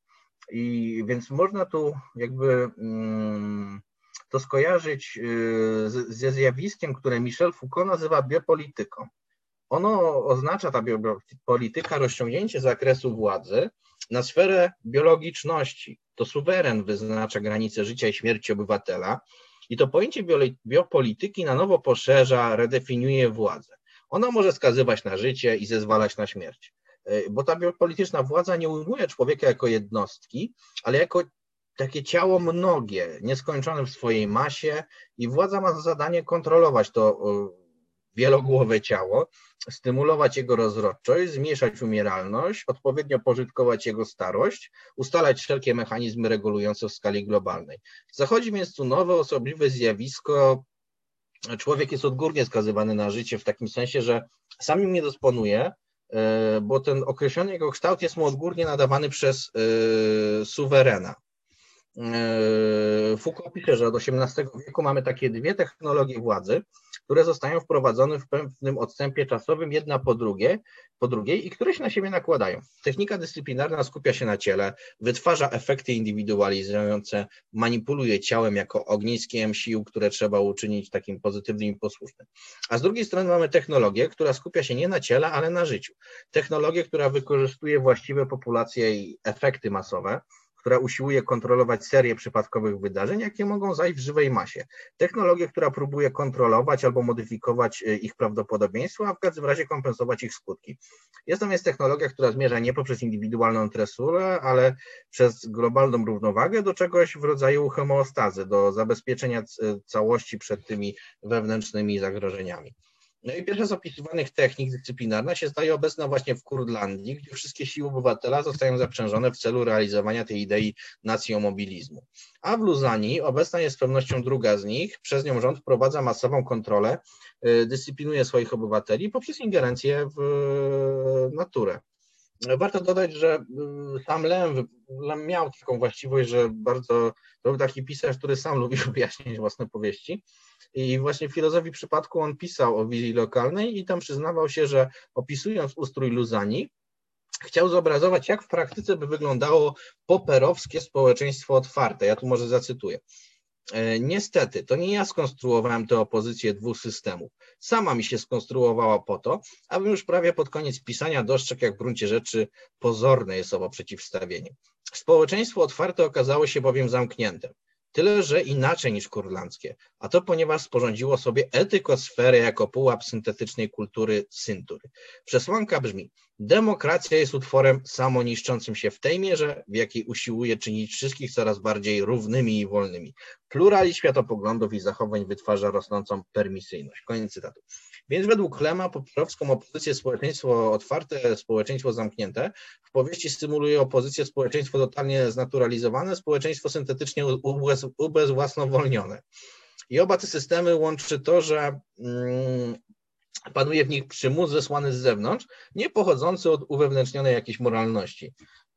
I więc można tu jakby mm, to skojarzyć y, z, ze zjawiskiem, które Michel Foucault nazywa biopolityką. Ono oznacza, ta biopolityka, rozciągnięcie zakresu władzy na sferę biologiczności. To suweren wyznacza granice życia i śmierci obywatela i to pojęcie biopolityki na nowo poszerza, redefiniuje władzę. Ona może skazywać na życie i zezwalać na śmierć. Bo ta biopolityczna władza nie ujmuje człowieka jako jednostki, ale jako takie ciało mnogie, nieskończone w swojej masie i władza ma za zadanie kontrolować to wielogłowe ciało, stymulować jego rozrodczość, zmniejszać umieralność, odpowiednio pożytkować jego starość, ustalać wszelkie mechanizmy regulujące w skali globalnej. Zachodzi więc tu nowe, osobliwe zjawisko. Człowiek jest odgórnie skazywany na życie w takim sensie, że sam im nie dysponuje, bo ten określony jego kształt jest mu odgórnie nadawany przez yy, suwerena. Yy, Foucault pisze, że od osiemnastego wieku mamy takie dwie technologie władzy, które zostają wprowadzone w pewnym odstępie czasowym, jedna po drugie, po drugiej i które się na siebie nakładają. Technika dyscyplinarna skupia się na ciele, wytwarza efekty indywidualizujące, manipuluje ciałem jako ogniskiem sił, które trzeba uczynić takim pozytywnym i posłusznym. A z drugiej strony mamy technologię, która skupia się nie na ciele, ale na życiu. Technologię, która wykorzystuje właściwe populacje i efekty masowe, która usiłuje kontrolować serię przypadkowych wydarzeń, jakie mogą zajść w żywej masie. Technologię, która próbuje kontrolować albo modyfikować ich prawdopodobieństwo, a w każdym razie kompensować ich skutki. Jest to więc technologia, która zmierza nie poprzez indywidualną tresurę, ale przez globalną równowagę do czegoś w rodzaju homeostazy, do zabezpieczenia całości przed tymi wewnętrznymi zagrożeniami. No i pierwsza z opisywanych technik dyscyplinarna się staje obecna właśnie w Kurlandii, gdzie wszystkie siły obywatela zostają zaprzężone w celu realizowania tej idei nacjomobilizmu. A w Luzanii obecna jest z pewnością druga z nich, przez nią rząd wprowadza masową kontrolę, dyscyplinuje swoich obywateli poprzez ingerencję w naturę. Warto dodać, że sam Lem, Lem miał taką właściwość, że bardzo, to był taki pisarz, który sam lubił wyjaśniać własne powieści. I właśnie w filozofii przypadku on pisał o wizji lokalnej i tam przyznawał się, że opisując ustrój Luzanii, chciał zobrazować, jak w praktyce by wyglądało poperowskie społeczeństwo otwarte. Ja tu może zacytuję. Niestety, to nie ja skonstruowałem tę opozycję dwóch systemów. Sama mi się skonstruowała po to, abym już prawie pod koniec pisania dostrzegł, jak w gruncie rzeczy pozorne jest owo przeciwstawienie. Społeczeństwo otwarte okazało się bowiem zamknięte. tyle że inaczej niż kurlandzkie, a to ponieważ sporządziło sobie etykosferę jako pułap syntetycznej kultury syntury. Przesłanka brzmi: demokracja jest utworem samoniszczącym się w tej mierze, w jakiej usiłuje czynić wszystkich coraz bardziej równymi i wolnymi. Pluralizm światopoglądów i zachowań wytwarza rosnącą permisyjność. Koniec cytatu. Więc według Lema popierowską opozycję społeczeństwo otwarte, społeczeństwo zamknięte w powieści stymuluje opozycję społeczeństwo totalnie znaturalizowane, społeczeństwo syntetycznie ubez, ubezwłasnowolnione. I oba te systemy łączy to, że mm, panuje w nich przymus zesłany z zewnątrz, nie pochodzący od uwewnętrznionej jakiejś moralności.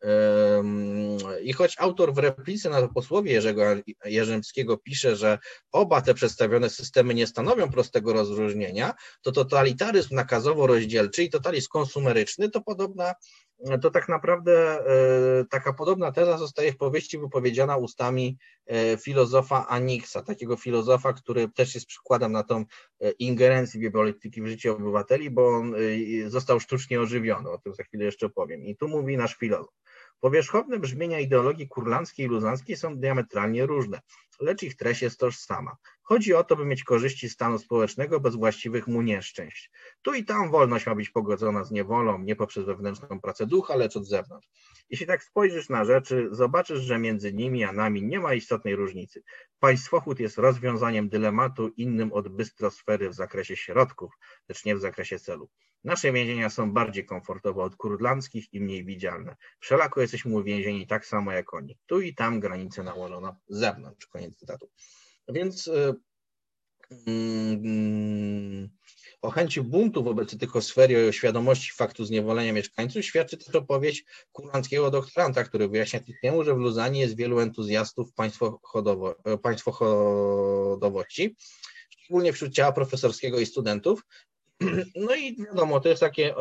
I choć autor w replice na posłowie Jerzego Jarzębskiego pisze, że oba te przedstawione systemy nie stanowią prostego rozróżnienia, to totalitaryzm nakazowo-rozdzielczy i totalizm konsumeryczny to podobna, to tak naprawdę taka podobna teza zostaje w powieści wypowiedziana ustami filozofa Aniksa, takiego filozofa, który też jest przykładem na tą ingerencję biopolityki w życie obywateli, bo on został sztucznie ożywiony, o tym za chwilę jeszcze opowiem. I tu mówi nasz filozof: powierzchowne brzmienia ideologii kurlandzkiej i luzanskiej są diametralnie różne, lecz ich treść jest tożsama. Chodzi o to, by mieć korzyści stanu społecznego bez właściwych mu nieszczęść. Tu i tam wolność ma być pogodzona z niewolą, nie poprzez wewnętrzną pracę ducha, lecz od zewnątrz. Jeśli tak spojrzysz na rzeczy, zobaczysz, że między nimi a nami nie ma istotnej różnicy. Państwochód jest rozwiązaniem dylematu innym od bystrosfery w zakresie środków, lecz nie w zakresie celu. Nasze więzienia są bardziej komfortowe od kurlandzkich i mniej widzialne. Wszelako jesteśmy uwięzieni tak samo jak oni. Tu i tam granice nałożono z zewnątrz. Koniec cytatu. Więc mm, o chęci buntu wobec etykosfery i o świadomości faktu zniewolenia mieszkańców świadczy też opowieść kurlandzkiego doktoranta, który wyjaśnia Tichniemu, że w Luzanii jest wielu entuzjastów państwohodowo, państwohodowości, szczególnie wśród ciała profesorskiego i studentów. No i wiadomo, to jest takie,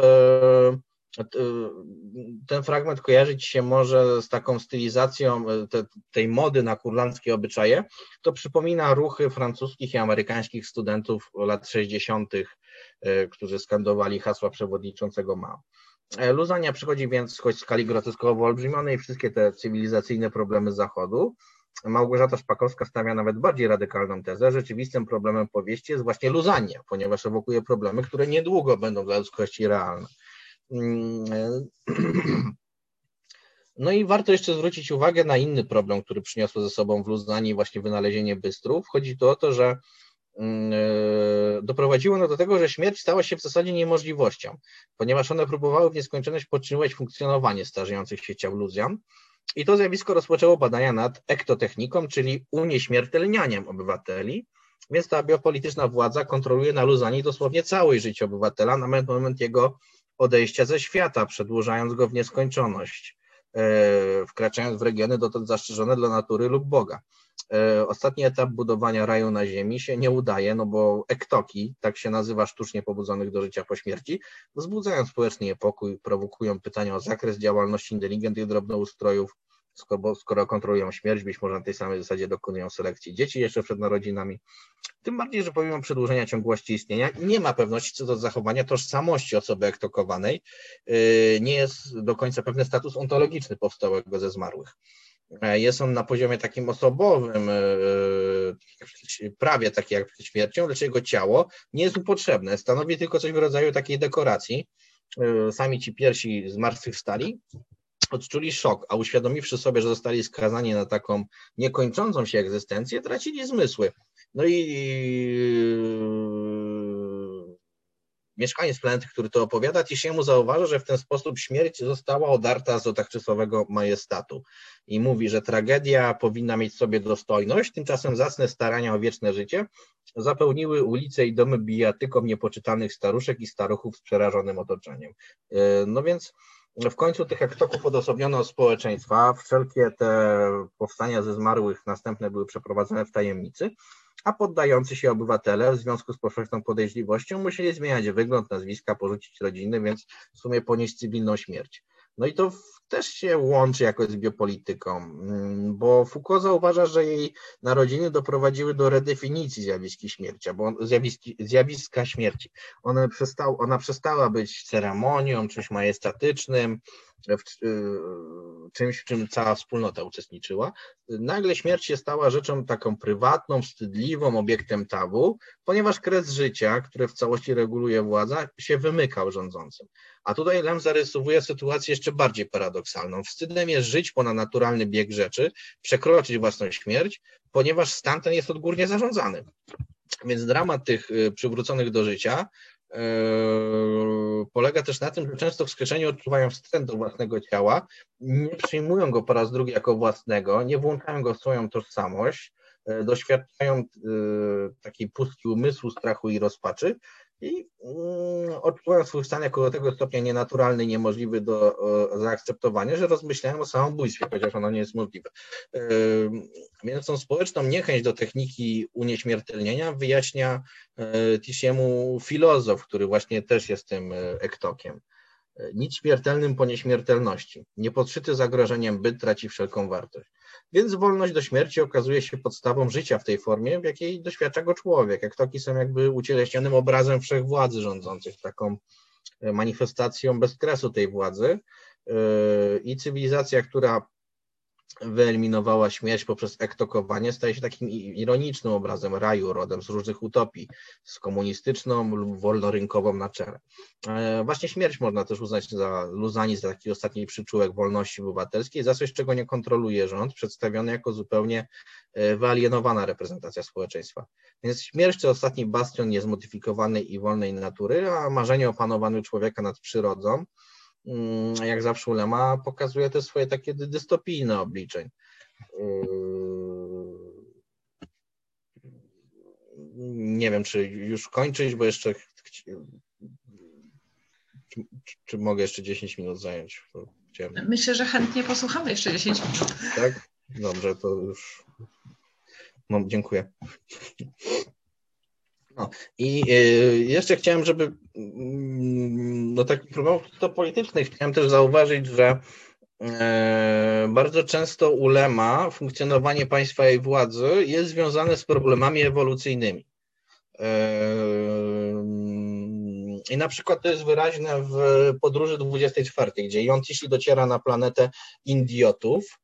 ten fragment kojarzyć się może z taką stylizacją te, tej mody na kurlandzkie obyczaje. To przypomina ruchy francuskich i amerykańskich studentów lat sześćdziesiątych, którzy skandowali hasła przewodniczącego Mao. Luzania przychodzi więc, choć w skali groteskowo olbrzymionej, wszystkie te cywilizacyjne problemy Zachodu. Małgorzata Szpakowska stawia nawet bardziej radykalną tezę. Rzeczywistym problemem powieści jest właśnie Luzania, ponieważ ewokuje problemy, które niedługo będą dla ludzkości realne. No i warto jeszcze zwrócić uwagę na inny problem, który przyniosło ze sobą w Luzanii właśnie wynalezienie bystrów. Chodzi tu o to, że doprowadziło ono do tego, że śmierć stała się w zasadzie niemożliwością, ponieważ one próbowały w nieskończoność podtrzymywać funkcjonowanie starzejących się ciał Luzjan. I to zjawisko rozpoczęło badania nad ektotechniką, czyli unieśmiertelnianiem obywateli, więc ta biopolityczna władza kontroluje na Luzanii dosłownie całe życie obywatela na moment jego odejścia ze świata, przedłużając go w nieskończoność, wkraczając w regiony dotąd zastrzeżone dla natury lub Boga. Ostatni etap budowania raju na ziemi się nie udaje, no bo ektoki, tak się nazywa sztucznie pobudzonych do życia po śmierci, wzbudzają społeczny niepokój, prowokują pytania o zakres działalności inteligentnych drobnoustrojów, skoro, skoro kontrolują śmierć, być może na tej samej zasadzie dokonują selekcji dzieci jeszcze przed narodzinami. Tym bardziej, że pomimo przedłużenia ciągłości istnienia nie ma pewności co do zachowania tożsamości osoby ektokowanej, nie jest do końca pewny status ontologiczny powstałego ze zmarłych. Jest on na poziomie takim osobowym, prawie taki jak przed śmiercią, lecz jego ciało nie jest mu potrzebne. Stanowi tylko coś w rodzaju takiej dekoracji. Sami ci pierwsi zmartwychwstali odczuli szok, a uświadomiwszy sobie, że zostali skazani na taką niekończącą się egzystencję, tracili zmysły. No i mieszkaniec planety, który to opowiada, Tishiemu zauważa, że w ten sposób śmierć została odarta z dotychczasowego majestatu i mówi, że tragedia powinna mieć w sobie dostojność, tymczasem zacne starania o wieczne życie zapełniły ulice i domy bijatykom niepoczytanych staruszek i staruchów z przerażonym otoczeniem. No więc w końcu tych ektoków odosobniono od społeczeństwa, wszelkie te powstania ze zmarłych następne były przeprowadzone w tajemnicy, a poddający się obywatele w związku z powszechną podejrzliwością musieli zmieniać wygląd, nazwiska, porzucić rodziny, więc w sumie ponieść cywilną śmierć. No i to też się łączy jakoś z biopolityką, bo Foucault zauważa, że jej narodziny doprowadziły do redefinicji zjawiska śmierci, bo zjawiski, zjawiska śmierci. One przestał, ona przestała być ceremonią, czymś majestatycznym, w czymś, w czym cała wspólnota uczestniczyła. Nagle śmierć się stała rzeczą taką prywatną, wstydliwą, obiektem tabu, ponieważ kres życia, które w całości reguluje władza, się wymykał rządzącym. A tutaj Lem zarysowuje sytuację jeszcze bardziej paradoksalną. Wstydem jest żyć ponad naturalny bieg rzeczy, przekroczyć własną śmierć, ponieważ stan ten jest odgórnie zarządzany. Więc dramat tych przywróconych do życia polega też na tym, że często wskrzeszeni odczuwają wstręt do własnego ciała, nie przyjmują go po raz drugi jako własnego, nie włączają go w swoją tożsamość, doświadczają takiej pustki umysłu, strachu i rozpaczy i odczuwają swój stan jako do tego stopnia nienaturalny, niemożliwy do zaakceptowania, że rozmyślają o samobójstwie, chociaż ono nie jest możliwe. Więc tą społeczną niechęć do techniki unieśmiertelnienia wyjaśnia Tishiemu filozof, który właśnie też jest tym ektokiem. Nic śmiertelnym po nieśmiertelności. Niepodszyty zagrożeniem byt traci wszelką wartość. Więc wolność do śmierci okazuje się podstawą życia w tej formie, w jakiej doświadcza go człowiek. Ektoki są jakby ucieleśnionym obrazem wszechwładzy rządzących, taką manifestacją bezkresu tej władzy i cywilizacja, która wyeliminowała śmierć poprzez ektokowanie, staje się takim ironicznym obrazem raju, rodem z różnych utopii, z komunistyczną lub wolnorynkową na czele. Właśnie śmierć można też uznać za luzanizm, za taki ostatni przyczółek wolności obywatelskiej, za coś, czego nie kontroluje rząd, przedstawiony jako zupełnie wyalienowana reprezentacja społeczeństwa. Więc śmierć to ostatni bastion niezmodyfikowanej i wolnej natury, a marzenie opanowania człowieka nad przyrodą, jak zawsze u Lema, pokazuje te swoje takie dystopijne obliczeń. Nie wiem, czy już kończyć, bo jeszcze czy, czy mogę jeszcze dziesięć minut zająć? Chciałem... Myślę, że chętnie posłuchamy jeszcze dziesięć minut. Tak? Dobrze, to już no, dziękuję. No i jeszcze chciałem, żeby no tak to politycznych chciałem też zauważyć, że bardzo często u Lema funkcjonowanie państwa i władzy jest związane z problemami ewolucyjnymi. I na przykład to jest wyraźne w podróży dwudziestej czwartej, gdzie Jon Tishi dociera na planetę Indiotów.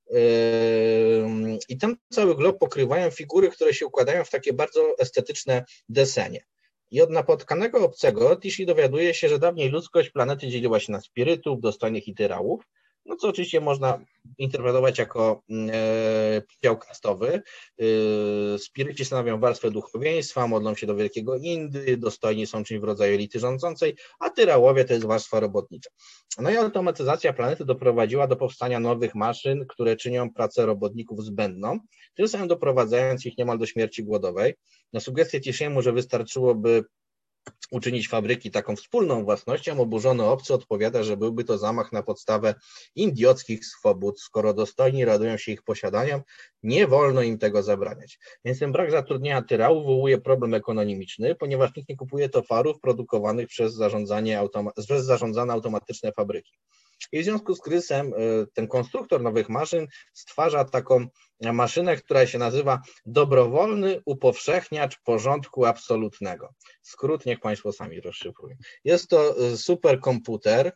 I tam cały glob pokrywają figury, które się układają w takie bardzo estetyczne desenie. I od napotkanego obcego Tishi dowiaduje się, że dawniej ludzkość planety dzieliła się na spirytów, dostojnych i tyrałów, no co oczywiście można interpretować jako e, podział kastowy. E, spiryci stanowią warstwę duchowieństwa, modlą się do wielkiego Indy, dostojni są czymś w rodzaju elity rządzącej, a tyrałowie to jest warstwa robotnicza. No i automatyzacja planety doprowadziła do powstania nowych maszyn, które czynią pracę robotników zbędną, tym samym doprowadzając ich niemal do śmierci głodowej. Na sugestię Tishiemu, że wystarczyłoby uczynić fabryki taką wspólną własnością, oburzony obcy odpowiada, że byłby to zamach na podstawę indiockich swobód. Skoro dostojni radują się ich posiadaniem, nie wolno im tego zabraniać. Więc ten brak zatrudnienia tyrałów wywołuje problem ekonomiczny, ponieważ nikt nie kupuje towarów produkowanych przez, zarządzanie automa- przez zarządzane automatyczne fabryki. I w związku z kryzysem ten konstruktor nowych maszyn stwarza taką maszynę, która się nazywa dobrowolny upowszechniacz porządku absolutnego. Skrót niech Państwo sami rozszyfrują. Jest to superkomputer,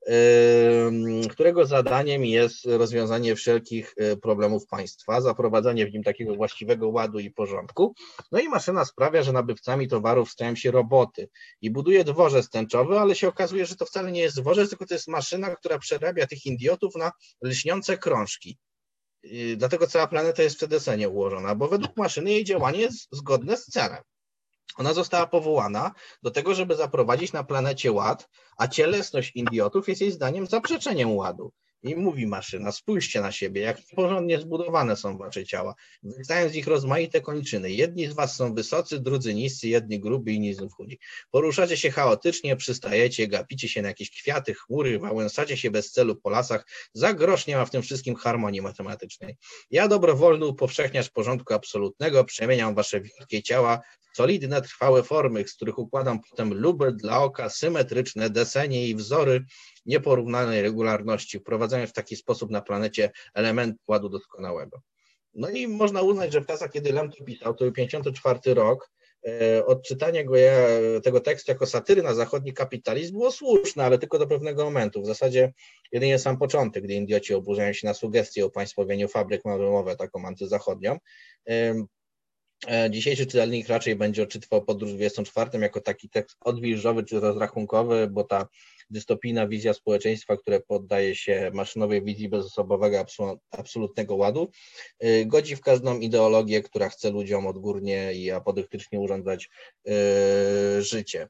którego zadaniem jest rozwiązanie wszelkich problemów państwa, zaprowadzenie w nim takiego właściwego ładu i porządku. No i maszyna sprawia, że nabywcami towarów stają się roboty i buduje dworzec tęczowy, ale się okazuje, że to wcale nie jest dworzec, tylko to jest maszyna, która przerabia tych idiotów na lśniące krążki. Dlatego cała planeta jest w C D S-ie ułożona, bo według maszyny jej działanie jest zgodne z celem. Ona została powołana do tego, żeby zaprowadzić na planecie ład, a cielesność idiotów jest jej zdaniem zaprzeczeniem ładu. I mówi maszyna, spójrzcie na siebie, jak porządnie zbudowane są wasze ciała, wystają z ich rozmaite kończyny. Jedni z was są wysocy, drudzy niscy, jedni grubi, inni znów chudzi. Poruszacie się chaotycznie, przystajecie, gapicie się na jakieś kwiaty, chmury, wałęsacie się bez celu po lasach. Za grosz nie ma w tym wszystkim harmonii matematycznej. Ja, dobrowolny upowszechniacz porządku absolutnego, przemieniam wasze wielkie ciała w solidne, trwałe formy, z których układam potem luby dla oka, symetryczne desenie i wzory nieporównanej regularności, wprowadzając w taki sposób na planecie element ładu doskonałego. No i można uznać, że w czasach, kiedy Lem to pisał, to był pięćdziesiąty czwarty rok, odczytanie go, tego tekstu jako satyry na zachodni kapitalizm było słuszne, ale tylko do pewnego momentu. W zasadzie jedynie sam początek, gdy idioci oburzają się na sugestie o państwowieniu fabryk, mamy mowę taką antyzachodnią. Dzisiejszy czytelnik raczej będzie odczytywał Podróż w dwudziestym czwartym jako taki tekst odwilżowy czy rozrachunkowy, bo ta dystopijna wizja społeczeństwa, które poddaje się maszynowej wizji bezosobowego, absolutnego ładu, godzi w każdą ideologię, która chce ludziom odgórnie i apodyktycznie urządzać życie.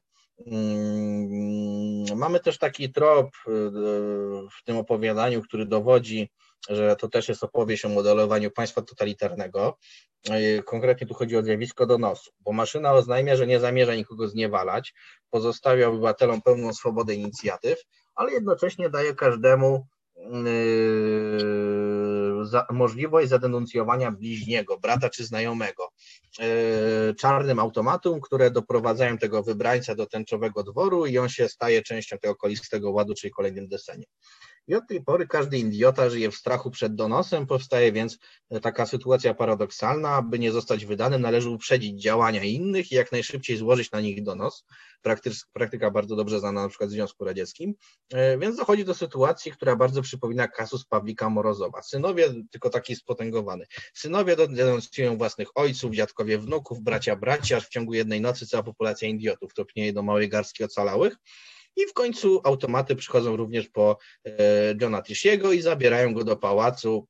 Mamy też taki trop w tym opowiadaniu, który dowodzi, że to też jest opowieść o modelowaniu państwa totalitarnego. Konkretnie tu chodzi o zjawisko donosu, bo maszyna oznajmia, że nie zamierza nikogo zniewalać, pozostawia obywatelom pełną swobodę inicjatyw, ale jednocześnie daje każdemu za, możliwość zadenuncjowania bliźniego, brata czy znajomego, czarnym automatum, które doprowadzają tego wybrańca do tęczowego dworu i on się staje częścią tego kolistego ładu, czyli kolejnym deseniem. I od tej pory każdy idiota żyje w strachu przed donosem, powstaje więc taka sytuacja paradoksalna, aby nie zostać wydanym, należy uprzedzić działania innych i jak najszybciej złożyć na nich donos. Praktyka bardzo dobrze znana na przykład w Związku Radzieckim, więc dochodzi do sytuacji, która bardzo przypomina kasus Pawlika Morozowa. Synowie, tylko taki spotęgowany, synowie denuncjują własnych ojców, dziadkowie wnuków, bracia braci, aż w ciągu jednej nocy cała populacja idiotów topnieje do małej garstki ocalałych. I w końcu automaty przychodzą również po Johna Tishiego i zabierają go do pałacu,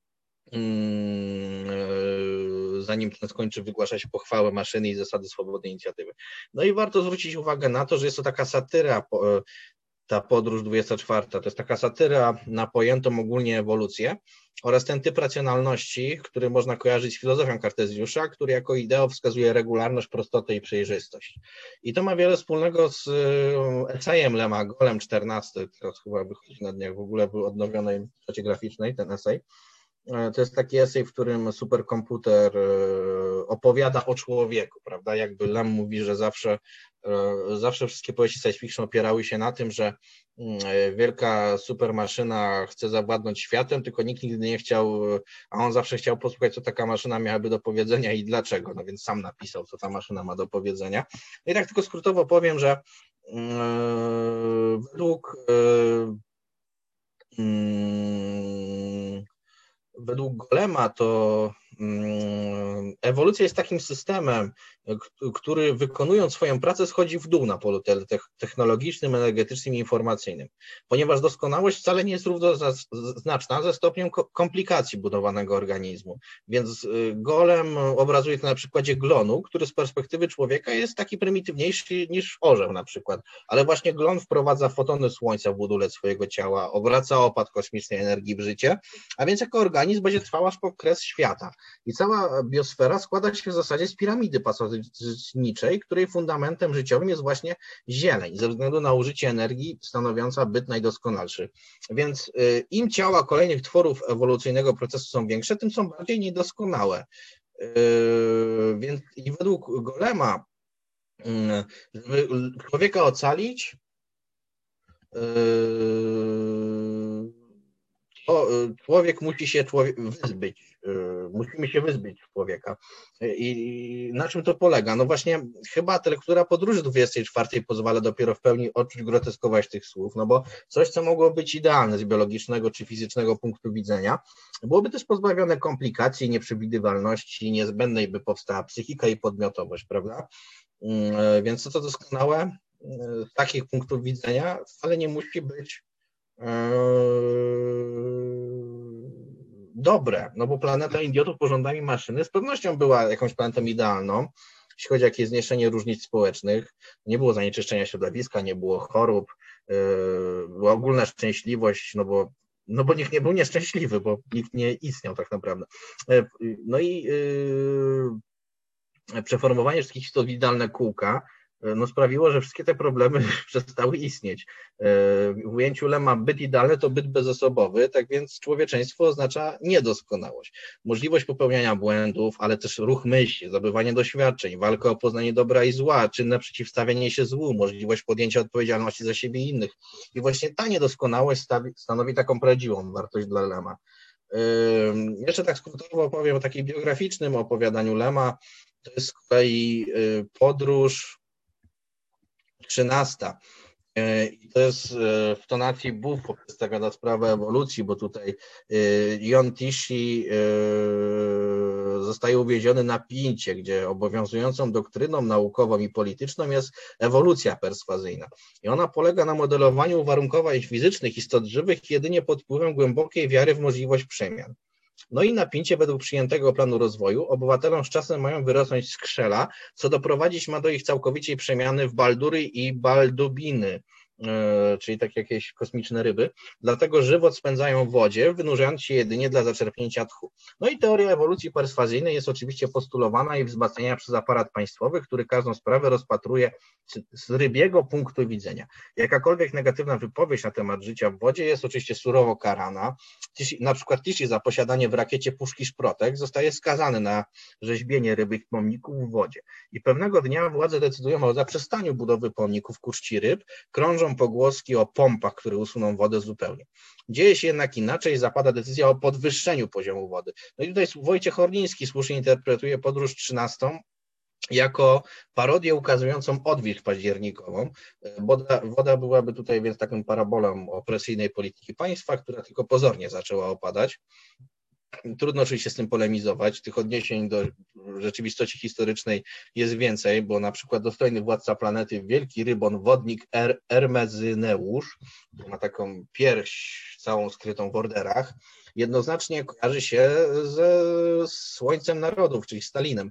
zanim ten skończy wygłaszać pochwałę maszyny i zasady swobodnej inicjatywy. No i warto zwrócić uwagę na to, że jest to taka satyra, ta Podróż dwudziesta czwarta, to jest taka satyra na pojętą ogólnie ewolucję oraz ten typ racjonalności, który można kojarzyć z filozofią Kartezjusza, który jako ideał wskazuje regularność, prostotę i przejrzystość. I to ma wiele wspólnego z esejem Lema, Golem czternasty, teraz chyba wychodzi na dniach w ogóle w odnowionej postaci graficznej, ten esej. To jest taki esej, w którym superkomputer opowiada o człowieku, prawda? Jakby Lem mówi, że zawsze, zawsze wszystkie powieści science fiction opierały się na tym, że wielka supermaszyna chce zawładnąć światem, tylko nikt nigdy nie chciał, a on zawsze chciał posłuchać, co taka maszyna miałaby do powiedzenia i dlaczego, no więc sam napisał, co ta maszyna ma do powiedzenia. No i tak tylko skrótowo powiem, że według Według Golema to ewolucja jest takim systemem, który wykonując swoją pracę schodzi w dół na polu technologicznym, energetycznym i informacyjnym, ponieważ doskonałość wcale nie jest równoznaczna ze stopniem komplikacji budowanego organizmu. Więc Golem obrazuje to na przykładzie glonu, który z perspektywy człowieka jest taki prymitywniejszy niż orzeł na przykład, ale właśnie glon wprowadza fotony słońca w budulec swojego ciała, obraca opad kosmicznej energii w życie, a więc jako organizm będzie trwał aż po kres świata. I cała biosfera składa się w zasadzie z piramidy pasożytniczej, której fundamentem życiowym jest właśnie zieleń, ze względu na użycie energii stanowiąca byt najdoskonalszy. Więc im ciała kolejnych tworów ewolucyjnego procesu są większe, tym są bardziej niedoskonałe. Więc i według Golema, żeby człowieka ocalić, to człowiek musi się człowiek wyzbyć, musimy się wyzbyć człowieka. I na czym to polega? No właśnie chyba ta lektura Podróży dwudziestej czwartej pozwala dopiero w pełni odczuć groteskowość tych słów, no bo coś, co mogło być idealne z biologicznego czy fizycznego punktu widzenia, byłoby też pozbawione komplikacji, nieprzewidywalności, niezbędnej by powstała psychika i podmiotowość, prawda? Więc to, co doskonałe z takich punktów widzenia wcale nie musi być dobre, no bo planeta idiotów pożądami maszyny z pewnością była jakąś planetą idealną, jeśli chodzi o jakieś zniesienie różnic społecznych, nie było zanieczyszczenia środowiska, nie było chorób, była ogólna szczęśliwość, no bo, no bo nikt nie był nieszczęśliwy, bo nikt nie istniał tak naprawdę. No i przeformowanie wszystkich istot w idealne kółka no sprawiło, że wszystkie te problemy przestały istnieć. W ujęciu Lema byt idealny to byt bezosobowy, tak więc człowieczeństwo oznacza niedoskonałość. Możliwość popełniania błędów, ale też ruch myśli, zdobywanie doświadczeń, walka o poznanie dobra i zła, czynne przeciwstawienie się złu, możliwość podjęcia odpowiedzialności za siebie i innych. I właśnie ta niedoskonałość stanowi taką prawdziwą wartość dla Lema. Jeszcze tak skrótowo opowiem o takim biograficznym opowiadaniu Lema. To jest z kolei podróż trzynasta. I to jest w tonacji Buffo, przedstawia sprawę ewolucji, bo tutaj Jon Tichy zostaje uwięziony na Pincie, gdzie obowiązującą doktryną naukową i polityczną jest ewolucja perswazyjna. I ona polega na modelowaniu uwarunkowań fizycznych istot żywych jedynie pod wpływem głębokiej wiary w możliwość przemian. No i na Pincie według przyjętego planu rozwoju obywatelom z czasem mają wyrosnąć skrzela, co doprowadzić ma do ich całkowitej przemiany w baldury i baldubiny, czyli tak jakieś kosmiczne ryby, dlatego żywot spędzają w wodzie, wynurzając się jedynie dla zaczerpnięcia tchu. No i teoria ewolucji perswazyjnej jest oczywiście postulowana i wzmacniana przez aparat państwowy, który każdą sprawę rozpatruje z rybiego punktu widzenia. Jakakolwiek negatywna wypowiedź na temat życia w wodzie jest oczywiście surowo karana. Na przykład Tichy za posiadanie w rakiecie puszki szprotek zostaje skazany na rzeźbienie rybich pomników w wodzie. I pewnego dnia władze decydują o zaprzestaniu budowy pomników ku czci ryb, krążą pogłoski o pompach, które usuną wodę zupełnie. Dzieje się jednak inaczej, zapada decyzja o podwyższeniu poziomu wody. No i tutaj Wojciech Orliński słusznie interpretuje podróż trzynastą jako parodię ukazującą odwilż październikową. Woda, woda byłaby tutaj więc taką parabolą opresyjnej polityki państwa, która tylko pozornie zaczęła opadać. Trudno oczywiście z tym polemizować, tych odniesień do rzeczywistości historycznej jest więcej, bo na przykład dostojny władca planety, wielki rybon, wodnik er, Ermezyneusz, który ma taką pierś całą skrytą w orderach, jednoznacznie kojarzy się ze Słońcem Narodów, czyli Stalinem.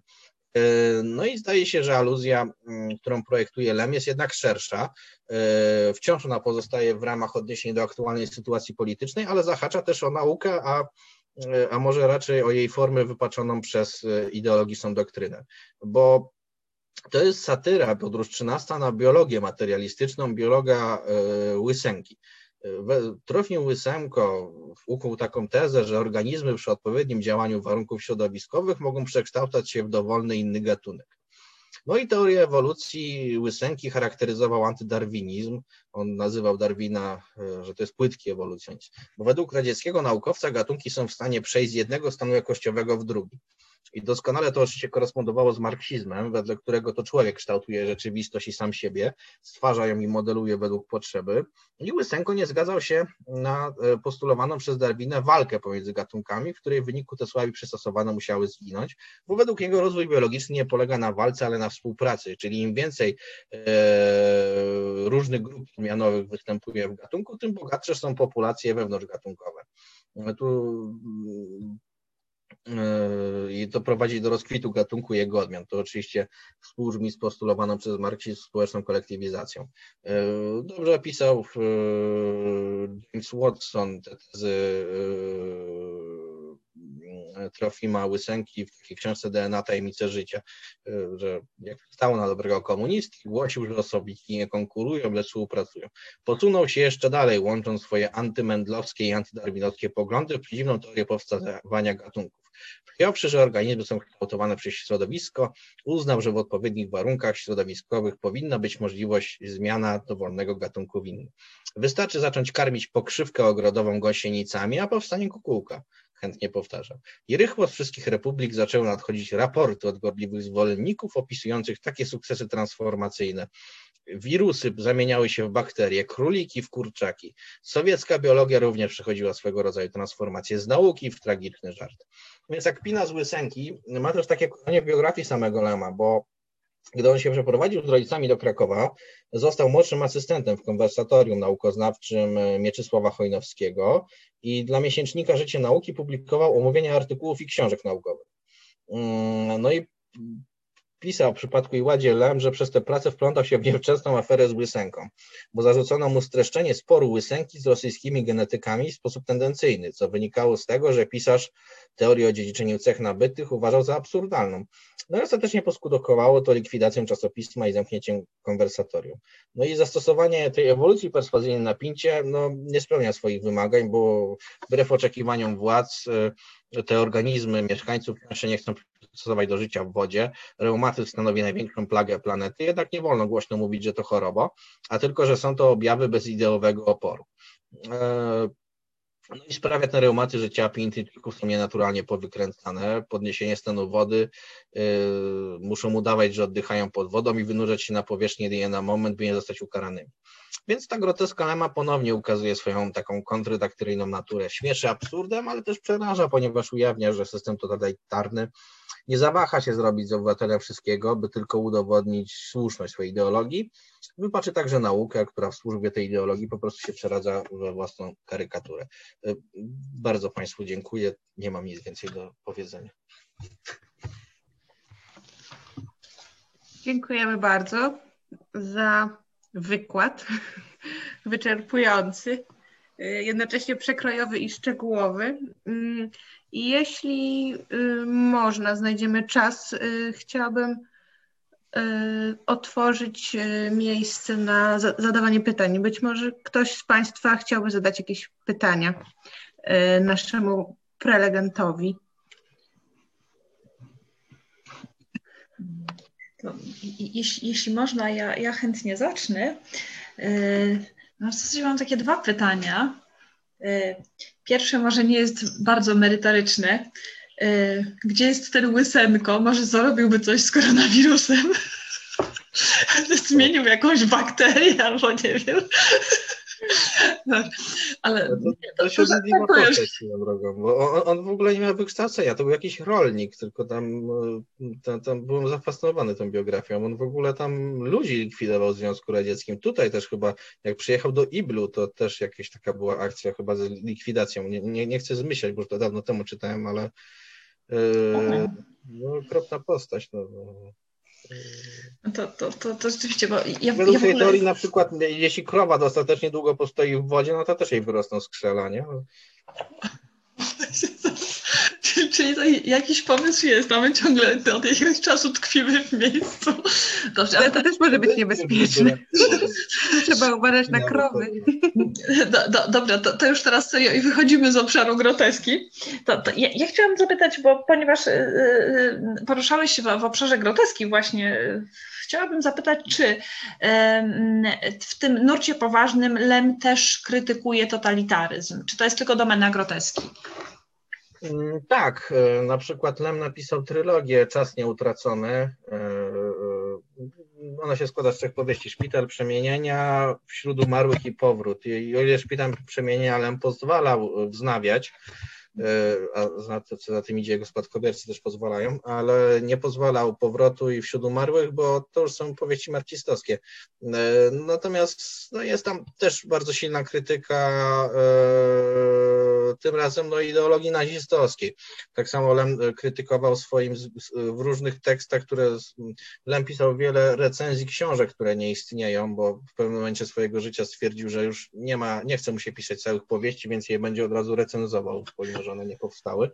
No i zdaje się, że aluzja, którą projektuje Lem, jest jednak szersza. Wciąż ona pozostaje w ramach odniesień do aktualnej sytuacji politycznej, ale zahacza też o naukę, a a może raczej o jej formę wypaczoną przez ideologiczną doktrynę, bo to jest satyra, podróż trzynasta, na biologię materialistyczną, biologa Łysenki. Trofim Łysenko ukuł taką tezę, że organizmy przy odpowiednim działaniu warunków środowiskowych mogą przekształcać się w dowolny inny gatunek. No i teorię ewolucji Łysenki charakteryzował antydarwinizm. On nazywał Darwina, że to jest płytki ewolucjonizm. Bo według radzieckiego naukowca gatunki są w stanie przejść z jednego stanu jakościowego w drugi. I doskonale to oczywiście korespondowało z marksizmem, wedle którego to człowiek kształtuje rzeczywistość i sam siebie, stwarza ją i modeluje według potrzeby. I Łysenko nie zgadzał się na postulowaną przez Darwina walkę pomiędzy gatunkami, w której w wyniku te słabi przystosowane musiały zginąć, bo według niego rozwój biologiczny nie polega na walce, ale na współpracy, czyli im więcej e, różnych grup mianowych występuje w gatunku, tym bogatsze są populacje wewnątrzgatunkowe. Tu i to prowadzi do rozkwitu gatunku i jego odmian. To oczywiście współbrzmi z postulowaną przez marksizm społeczną kolektywizacją. Dobrze opisał James Watson te tezy Trofima Łysenki w takiej książce D N A tajemnice życia, że jak stało na dobrego komunisty, głosił, że osobniki nie konkurują, lecz współpracują. Posunął się jeszcze dalej, łącząc swoje antymendlowskie i antydarwinowskie poglądy w przeciwną teorię powstawania gatunków. Przyjąwszy, że organizmy są kształtowane przez środowisko, uznał, że w odpowiednich warunkach środowiskowych powinna być możliwość zmiana dowolnego gatunku w inny. Wystarczy zacząć karmić pokrzywkę ogrodową gąsienicami, a powstanie kukułka. Chętnie powtarzam. I rychło z wszystkich republik zaczęły nadchodzić raporty od gorliwych zwolenników opisujących takie sukcesy transformacyjne. Wirusy zamieniały się w bakterie, króliki w kurczaki. Sowiecka biologia również przechodziła swego rodzaju transformację z nauki w tragiczny żart. Więc jak Pina z Łysenki ma też takie korzenie w biografii samego Lema, bo gdy on się przeprowadził z rodzicami do Krakowa, został młodszym asystentem w konwersatorium naukoznawczym Mieczysława Chojnowskiego i dla miesięcznika Życie Nauki publikował omówienia artykułów i książek naukowych. No i pisał w przypadku Iładzie Lem, że przez tę pracę wplątał się w niewczesną aferę z Łysenką, bo zarzucono mu streszczenie sporu Łysenki z rosyjskimi genetykami w sposób tendencyjny, co wynikało z tego, że pisarz teorię o dziedziczeniu cech nabytych uważał za absurdalną. No i ostatecznie poskutkowało to likwidacją czasopisma i zamknięciem konwersatorium. No i zastosowanie tej ewolucji perswazyjnej na Pincie no, nie spełnia swoich wymagań, bo wbrew oczekiwaniom władz te organizmy mieszkańców jeszcze nie chcą stosować do życia w wodzie. Reumatyzm stanowi największą plagę planety, jednak nie wolno głośno mówić, że to choroba, a tylko, że są to objawy bezideowego oporu. No i sprawia ten reumatyzm, że ciała pienityków są nienaturalnie powykręcane, podniesienie stanu wody, yy, muszą udawać, że oddychają pod wodą i wynurzać się na powierzchnię jedynie na moment, by nie zostać ukaranymi. Więc ta groteska Lema ponownie ukazuje swoją taką kontradyktoryjną naturę. Śmieszy absurdem, ale też przeraża, ponieważ ujawnia, że system totalitarny nie zawaha się zrobić z obywatelem wszystkiego, by tylko udowodnić słuszność swojej ideologii. Wypaczy także naukę, która w służbie tej ideologii po prostu się przeradza we własną karykaturę. Bardzo Państwu dziękuję. Nie mam nic więcej do powiedzenia. Dziękujemy bardzo za wykład wyczerpujący, jednocześnie przekrojowy i szczegółowy. I jeśli można, znajdziemy czas, chciałabym otworzyć miejsce na zadawanie pytań. Być może ktoś z Państwa chciałby zadać jakieś pytania naszemu prelegentowi. To, jeśli, jeśli można, ja, ja chętnie zacznę. No, w zasadzie mam takie dwa pytania. Pierwsze może nie jest bardzo merytoryczne. Gdzie jest ten Łysenko? Może zrobiłby coś z koronawirusem? Zmienił jakąś bakterię albo nie wiem. No, ale to, to, to się odmieniła postać swoją drogą, bo on, on w ogóle nie miał wykształcenia, to był jakiś rolnik, tylko tam, tam, tam byłem zafascynowany tą biografią. On w ogóle tam ludzi likwidował w Związku Radzieckim. Tutaj też chyba, jak przyjechał do Iblu, to też jakaś taka była akcja chyba z likwidacją. Nie, nie, nie chcę zmyślać, bo już to dawno temu czytałem, ale yy, no, okropna postać. No, no. To, to, to, to rzeczywiście, bo ja, Według ja w tej ogóle... teorii na przykład, jeśli krowa dostatecznie długo postoi w wodzie, no to też jej wyrosną skrzela, nie? Czyli, czyli to jakiś pomysł jest, a my ciągle od jakiegoś czasu tkwimy w miejscu. Dobrze, ale to też może być niebezpieczne. Trzeba uważać na krowy. Do, do, dobra, to, to już teraz serio i wychodzimy z obszaru groteski. To, to ja, ja chciałam zapytać, bo ponieważ y, y, poruszałeś się w, w obszarze groteski właśnie, y, chciałabym zapytać, czy y, w tym nurcie poważnym Lem też krytykuje totalitaryzm? Czy to jest tylko domena groteski? Tak, na przykład Lem napisał trylogię Czas nieutracony. Ona się składa z trzech powieści: Szpital Przemienienia, Wśród umarłych i Powrót. I o ile Szpital Przemienienia Lem pozwalał wznawiać, a za, za tym idzie jego spadkobiercy też pozwalają, ale nie pozwalał Powrotu i Wśród umarłych, bo to już są powieści marksistowskie. Natomiast no, jest tam też bardzo silna krytyka e, tym razem no, ideologii nazistowskiej. Tak samo Lem krytykował swoim w różnych tekstach, które Lem pisał wiele recenzji książek, które nie istnieją, bo w pewnym momencie swojego życia stwierdził, że już nie ma, nie chce mu się pisać całych powieści, więc je będzie od razu recenzował, pomimo że one nie powstały.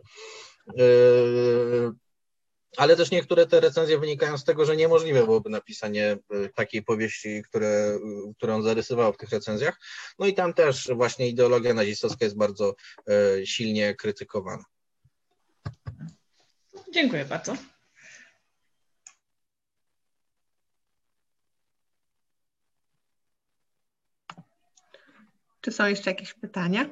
Ale też niektóre te recenzje wynikają z tego, że niemożliwe byłoby napisanie takiej powieści, które, którą on zarysował w tych recenzjach. No i tam też właśnie ideologia nazistowska jest bardzo silnie krytykowana. Dziękuję bardzo. Czy są jeszcze jakieś pytania?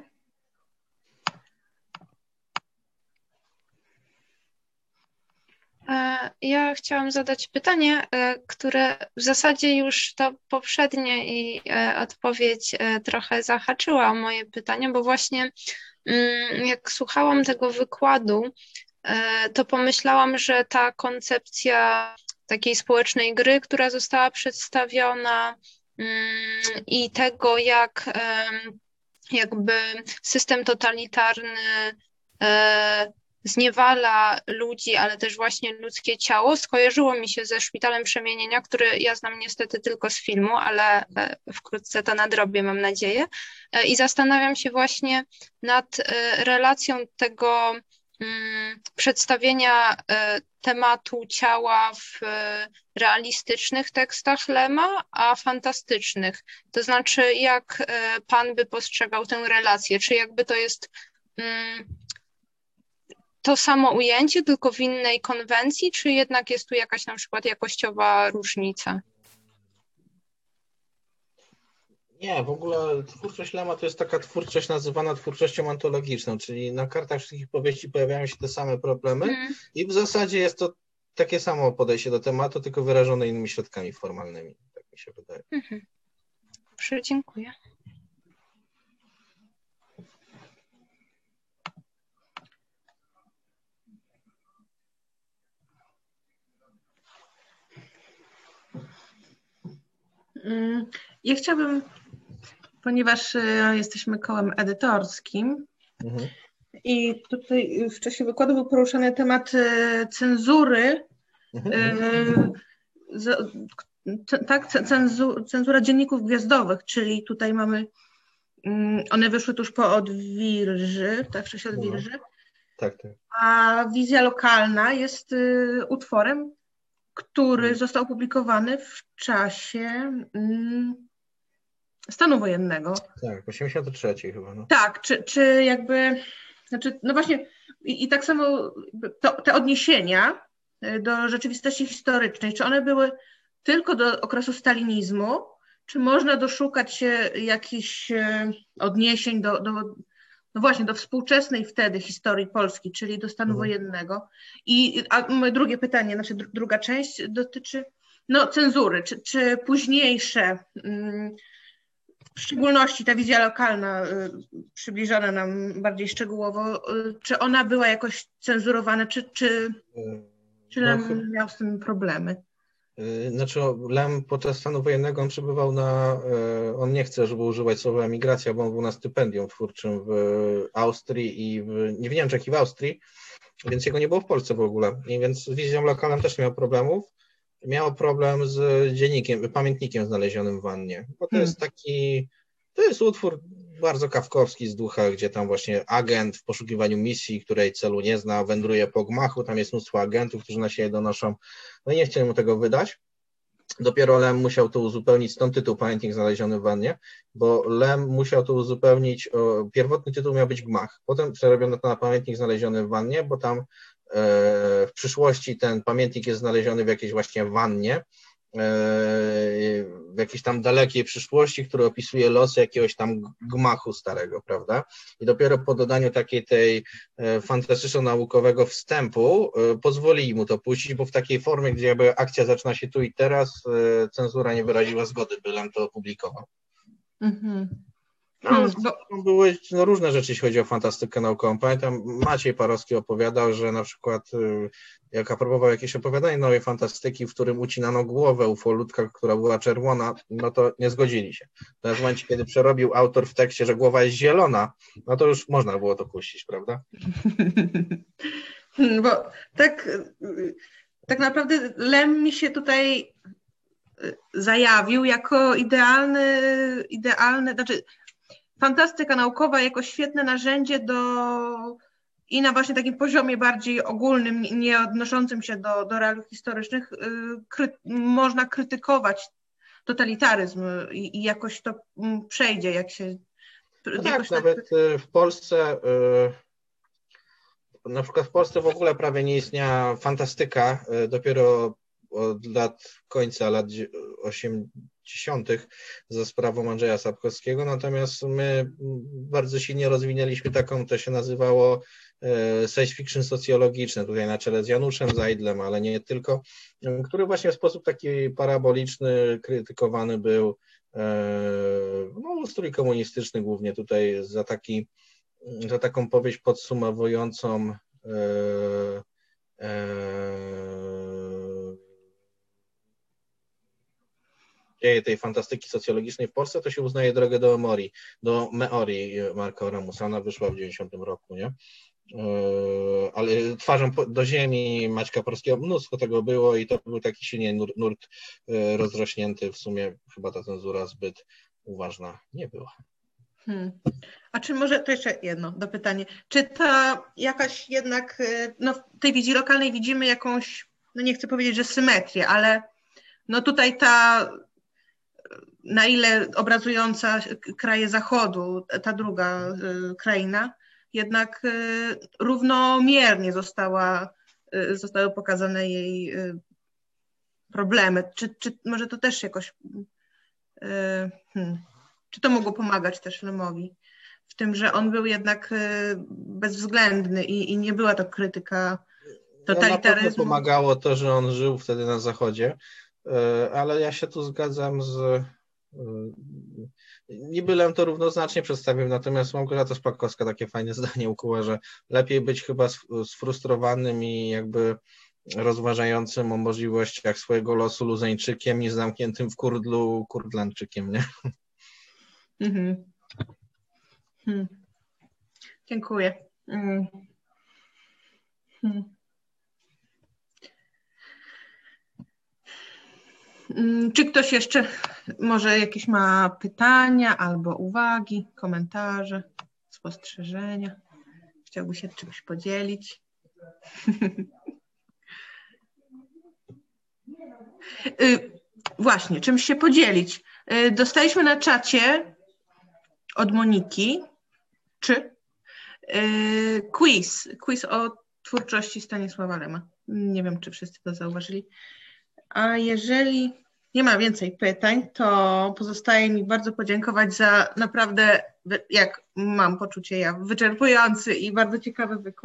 Ja chciałam zadać pytanie, które w zasadzie już to poprzednie i odpowiedź trochę zahaczyła o moje pytanie, bo właśnie jak słuchałam tego wykładu, to pomyślałam, że ta koncepcja takiej społecznej gry, która została przedstawiona i tego, jak jakby system totalitarny zniewala ludzi, ale też właśnie ludzkie ciało, skojarzyło mi się ze Szpitalem Przemienienia, który ja znam niestety tylko z filmu, ale wkrótce to nadrobię, mam nadzieję. I zastanawiam się właśnie nad relacją tego przedstawienia tematu ciała w realistycznych tekstach Lema, a fantastycznych. To znaczy, jak pan by postrzegał tę relację? Czy jakby to jest to samo ujęcie, tylko w innej konwencji, czy jednak jest tu jakaś na przykład jakościowa różnica? Nie, w ogóle twórczość Lema to jest taka twórczość nazywana twórczością antologiczną, czyli na kartach wszystkich powieści pojawiają się te same problemy Mm. i w zasadzie jest to takie samo podejście do tematu, tylko wyrażone innymi środkami formalnymi, tak mi się wydaje. Mhm. Dobrze, dziękuję. Mm, Ja chciałabym, ponieważ e, jesteśmy kołem edytorskim Mhm. i tutaj w czasie wykładu był poruszany temat e, cenzury, Mhm. e, z- c- tak, ce- cenzu, cenzura dzienników gwiazdowych, czyli tutaj mamy, mm, one wyszły tuż po Odwilży, tak, w czasie No. Odwilży, Tak, tak. a Wizja Lokalna jest y, utworem, który Mhm. został opublikowany w czasie mm, stanu wojennego. Tak, osiemdziesiąty trzeci chyba. No. Tak, czy, czy jakby, znaczy, no właśnie, i, i tak samo to, te odniesienia y, do rzeczywistości historycznej, czy one były tylko do okresu stalinizmu, czy można doszukać się jakichś y, odniesień do, do, no właśnie, do współczesnej wtedy historii Polski, czyli do stanu Mhm. wojennego. I a moje drugie pytanie, znaczy dru- druga część dotyczy no, cenzury, czy, czy późniejsze, mm, w szczególności ta wizja lokalna, y, przybliżona nam bardziej szczegółowo, y, czy ona była jakoś cenzurowana, czy, czy, czy No, Lem chyba, miał z tym problemy? y, znaczy o, Lem podczas stanu wojennego on przebywał na, y, on nie chce, żeby używać słowa emigracja, bo on był na stypendium twórczym w Austrii i w, nie w Niemczech i w Austrii, więc jego nie było w Polsce w ogóle. I więc z wizją lokalną też nie miał problemów. Miał problem z dziennikiem, pamiętnikiem znalezionym w wannie, bo to Hmm. jest taki, to jest utwór bardzo kawkowski z ducha, gdzie tam właśnie agent w poszukiwaniu misji, której celu nie zna, wędruje po gmachu, tam jest mnóstwo agentów, którzy na siebie donoszą, no i nie chcieli mu tego wydać. Dopiero Lem musiał to uzupełnić, stąd tytuł Pamiętnik znaleziony w wannie, bo Lem musiał to uzupełnić, o, pierwotny tytuł miał być Gmach, potem przerobiono to na Pamiętnik znaleziony w wannie, bo tam e, w przyszłości ten pamiętnik jest znaleziony w jakiejś właśnie wannie, e, w jakiejś tam dalekiej przyszłości, który opisuje losy jakiegoś tam gmachu starego, prawda? I dopiero po dodaniu takiej tej e, fantastyczno-naukowego wstępu e, pozwolili mu to puścić, bo w takiej formie, gdzie jakby akcja zaczyna się tu i teraz, e, cenzura nie wyraziła zgody, by Lem to opublikował. Mhm. No, Hmm, bo, były no, różne rzeczy, jeśli chodzi o fantastykę naukową. Pamiętam, Maciej Parowski opowiadał, że na przykład y, jak aprobował jakieś opowiadanie nowej fantastyki, w którym ucinano głowę ufolutka, która była czerwona, no to nie zgodzili się. Natomiast w momencie, kiedy przerobił autor w tekście, że głowa jest zielona, no to już można było to puścić, prawda? Hmm, bo tak, y, tak naprawdę Lem mi się tutaj y, zajawił jako idealny, idealny, znaczy fantastyka naukowa jako świetne narzędzie do i na właśnie takim poziomie bardziej ogólnym, nie odnoszącym się do, do realiów historycznych, y, kry, można krytykować totalitaryzm i, i jakoś to mm, przejdzie, jak się... No jakoś tak, nawet y, w Polsce, y, na przykład w Polsce w ogóle prawie nie istniała fantastyka, y, dopiero od lat końca lat osiemdziesiątych za sprawą Andrzeja Sapkowskiego, natomiast my bardzo silnie rozwinęliśmy taką, to się nazywało science fiction socjologiczne, tutaj na czele z Januszem Zajdlem, ale nie tylko, który właśnie w sposób taki paraboliczny krytykowany był, no, ustrój komunistyczny głównie tutaj za, taki, za taką powieść podsumowującą dzieje tej fantastyki socjologicznej w Polsce, to się uznaje drogę do Mori, do Meori Marka Oramusa. Ona wyszła w dziewięćdziesiątym roku, nie? Ale twarzą do ziemi Maćka Polskiego mnóstwo tego było i to był taki silnie nurt, nurt rozrośnięty. W sumie chyba ta cenzura zbyt uważna nie była. Hmm. A czy może, to jeszcze jedno do pytania, czy ta jakaś jednak, no w tej wizji lokalnej widzimy jakąś, no nie chcę powiedzieć, że symetrię, ale no tutaj ta, na ile obrazująca kraje Zachodu, ta druga y, kraina, jednak y, równomiernie została, y, zostały pokazane jej y, problemy. Czy, czy może to też jakoś... Y, hmm. Czy to mogło pomagać też Lemowi w tym, że on był jednak bezwzględny i, i nie była to krytyka totalitaryzmu? No, na pewno pomagało to, że on żył wtedy na Zachodzie, ale ja się tu zgadzam z... Niby Lem to równoznacznie przedstawił, natomiast Małgorzata Szpakowska takie fajne zdanie ukuła, że lepiej być chyba sfrustrowanym i jakby rozważającym o możliwościach swojego losu Luzeńczykiem niż zamkniętym w kurdlu Kurdlandczykiem, nie? Mhm. Hmm. Dziękuję. Mm. Hmm. Czy ktoś jeszcze może jakieś ma pytania albo uwagi, komentarze, spostrzeżenia? Chciałby się czymś podzielić? Właśnie, czymś się podzielić. Dostaliśmy na czacie od Moniki, czy quiz, quiz o twórczości Stanisława Lema. Nie wiem, czy wszyscy to zauważyli. A jeżeli nie ma więcej pytań, to pozostaje mi bardzo podziękować za naprawdę, jak mam poczucie ja, wyczerpujący i bardzo ciekawy wykład.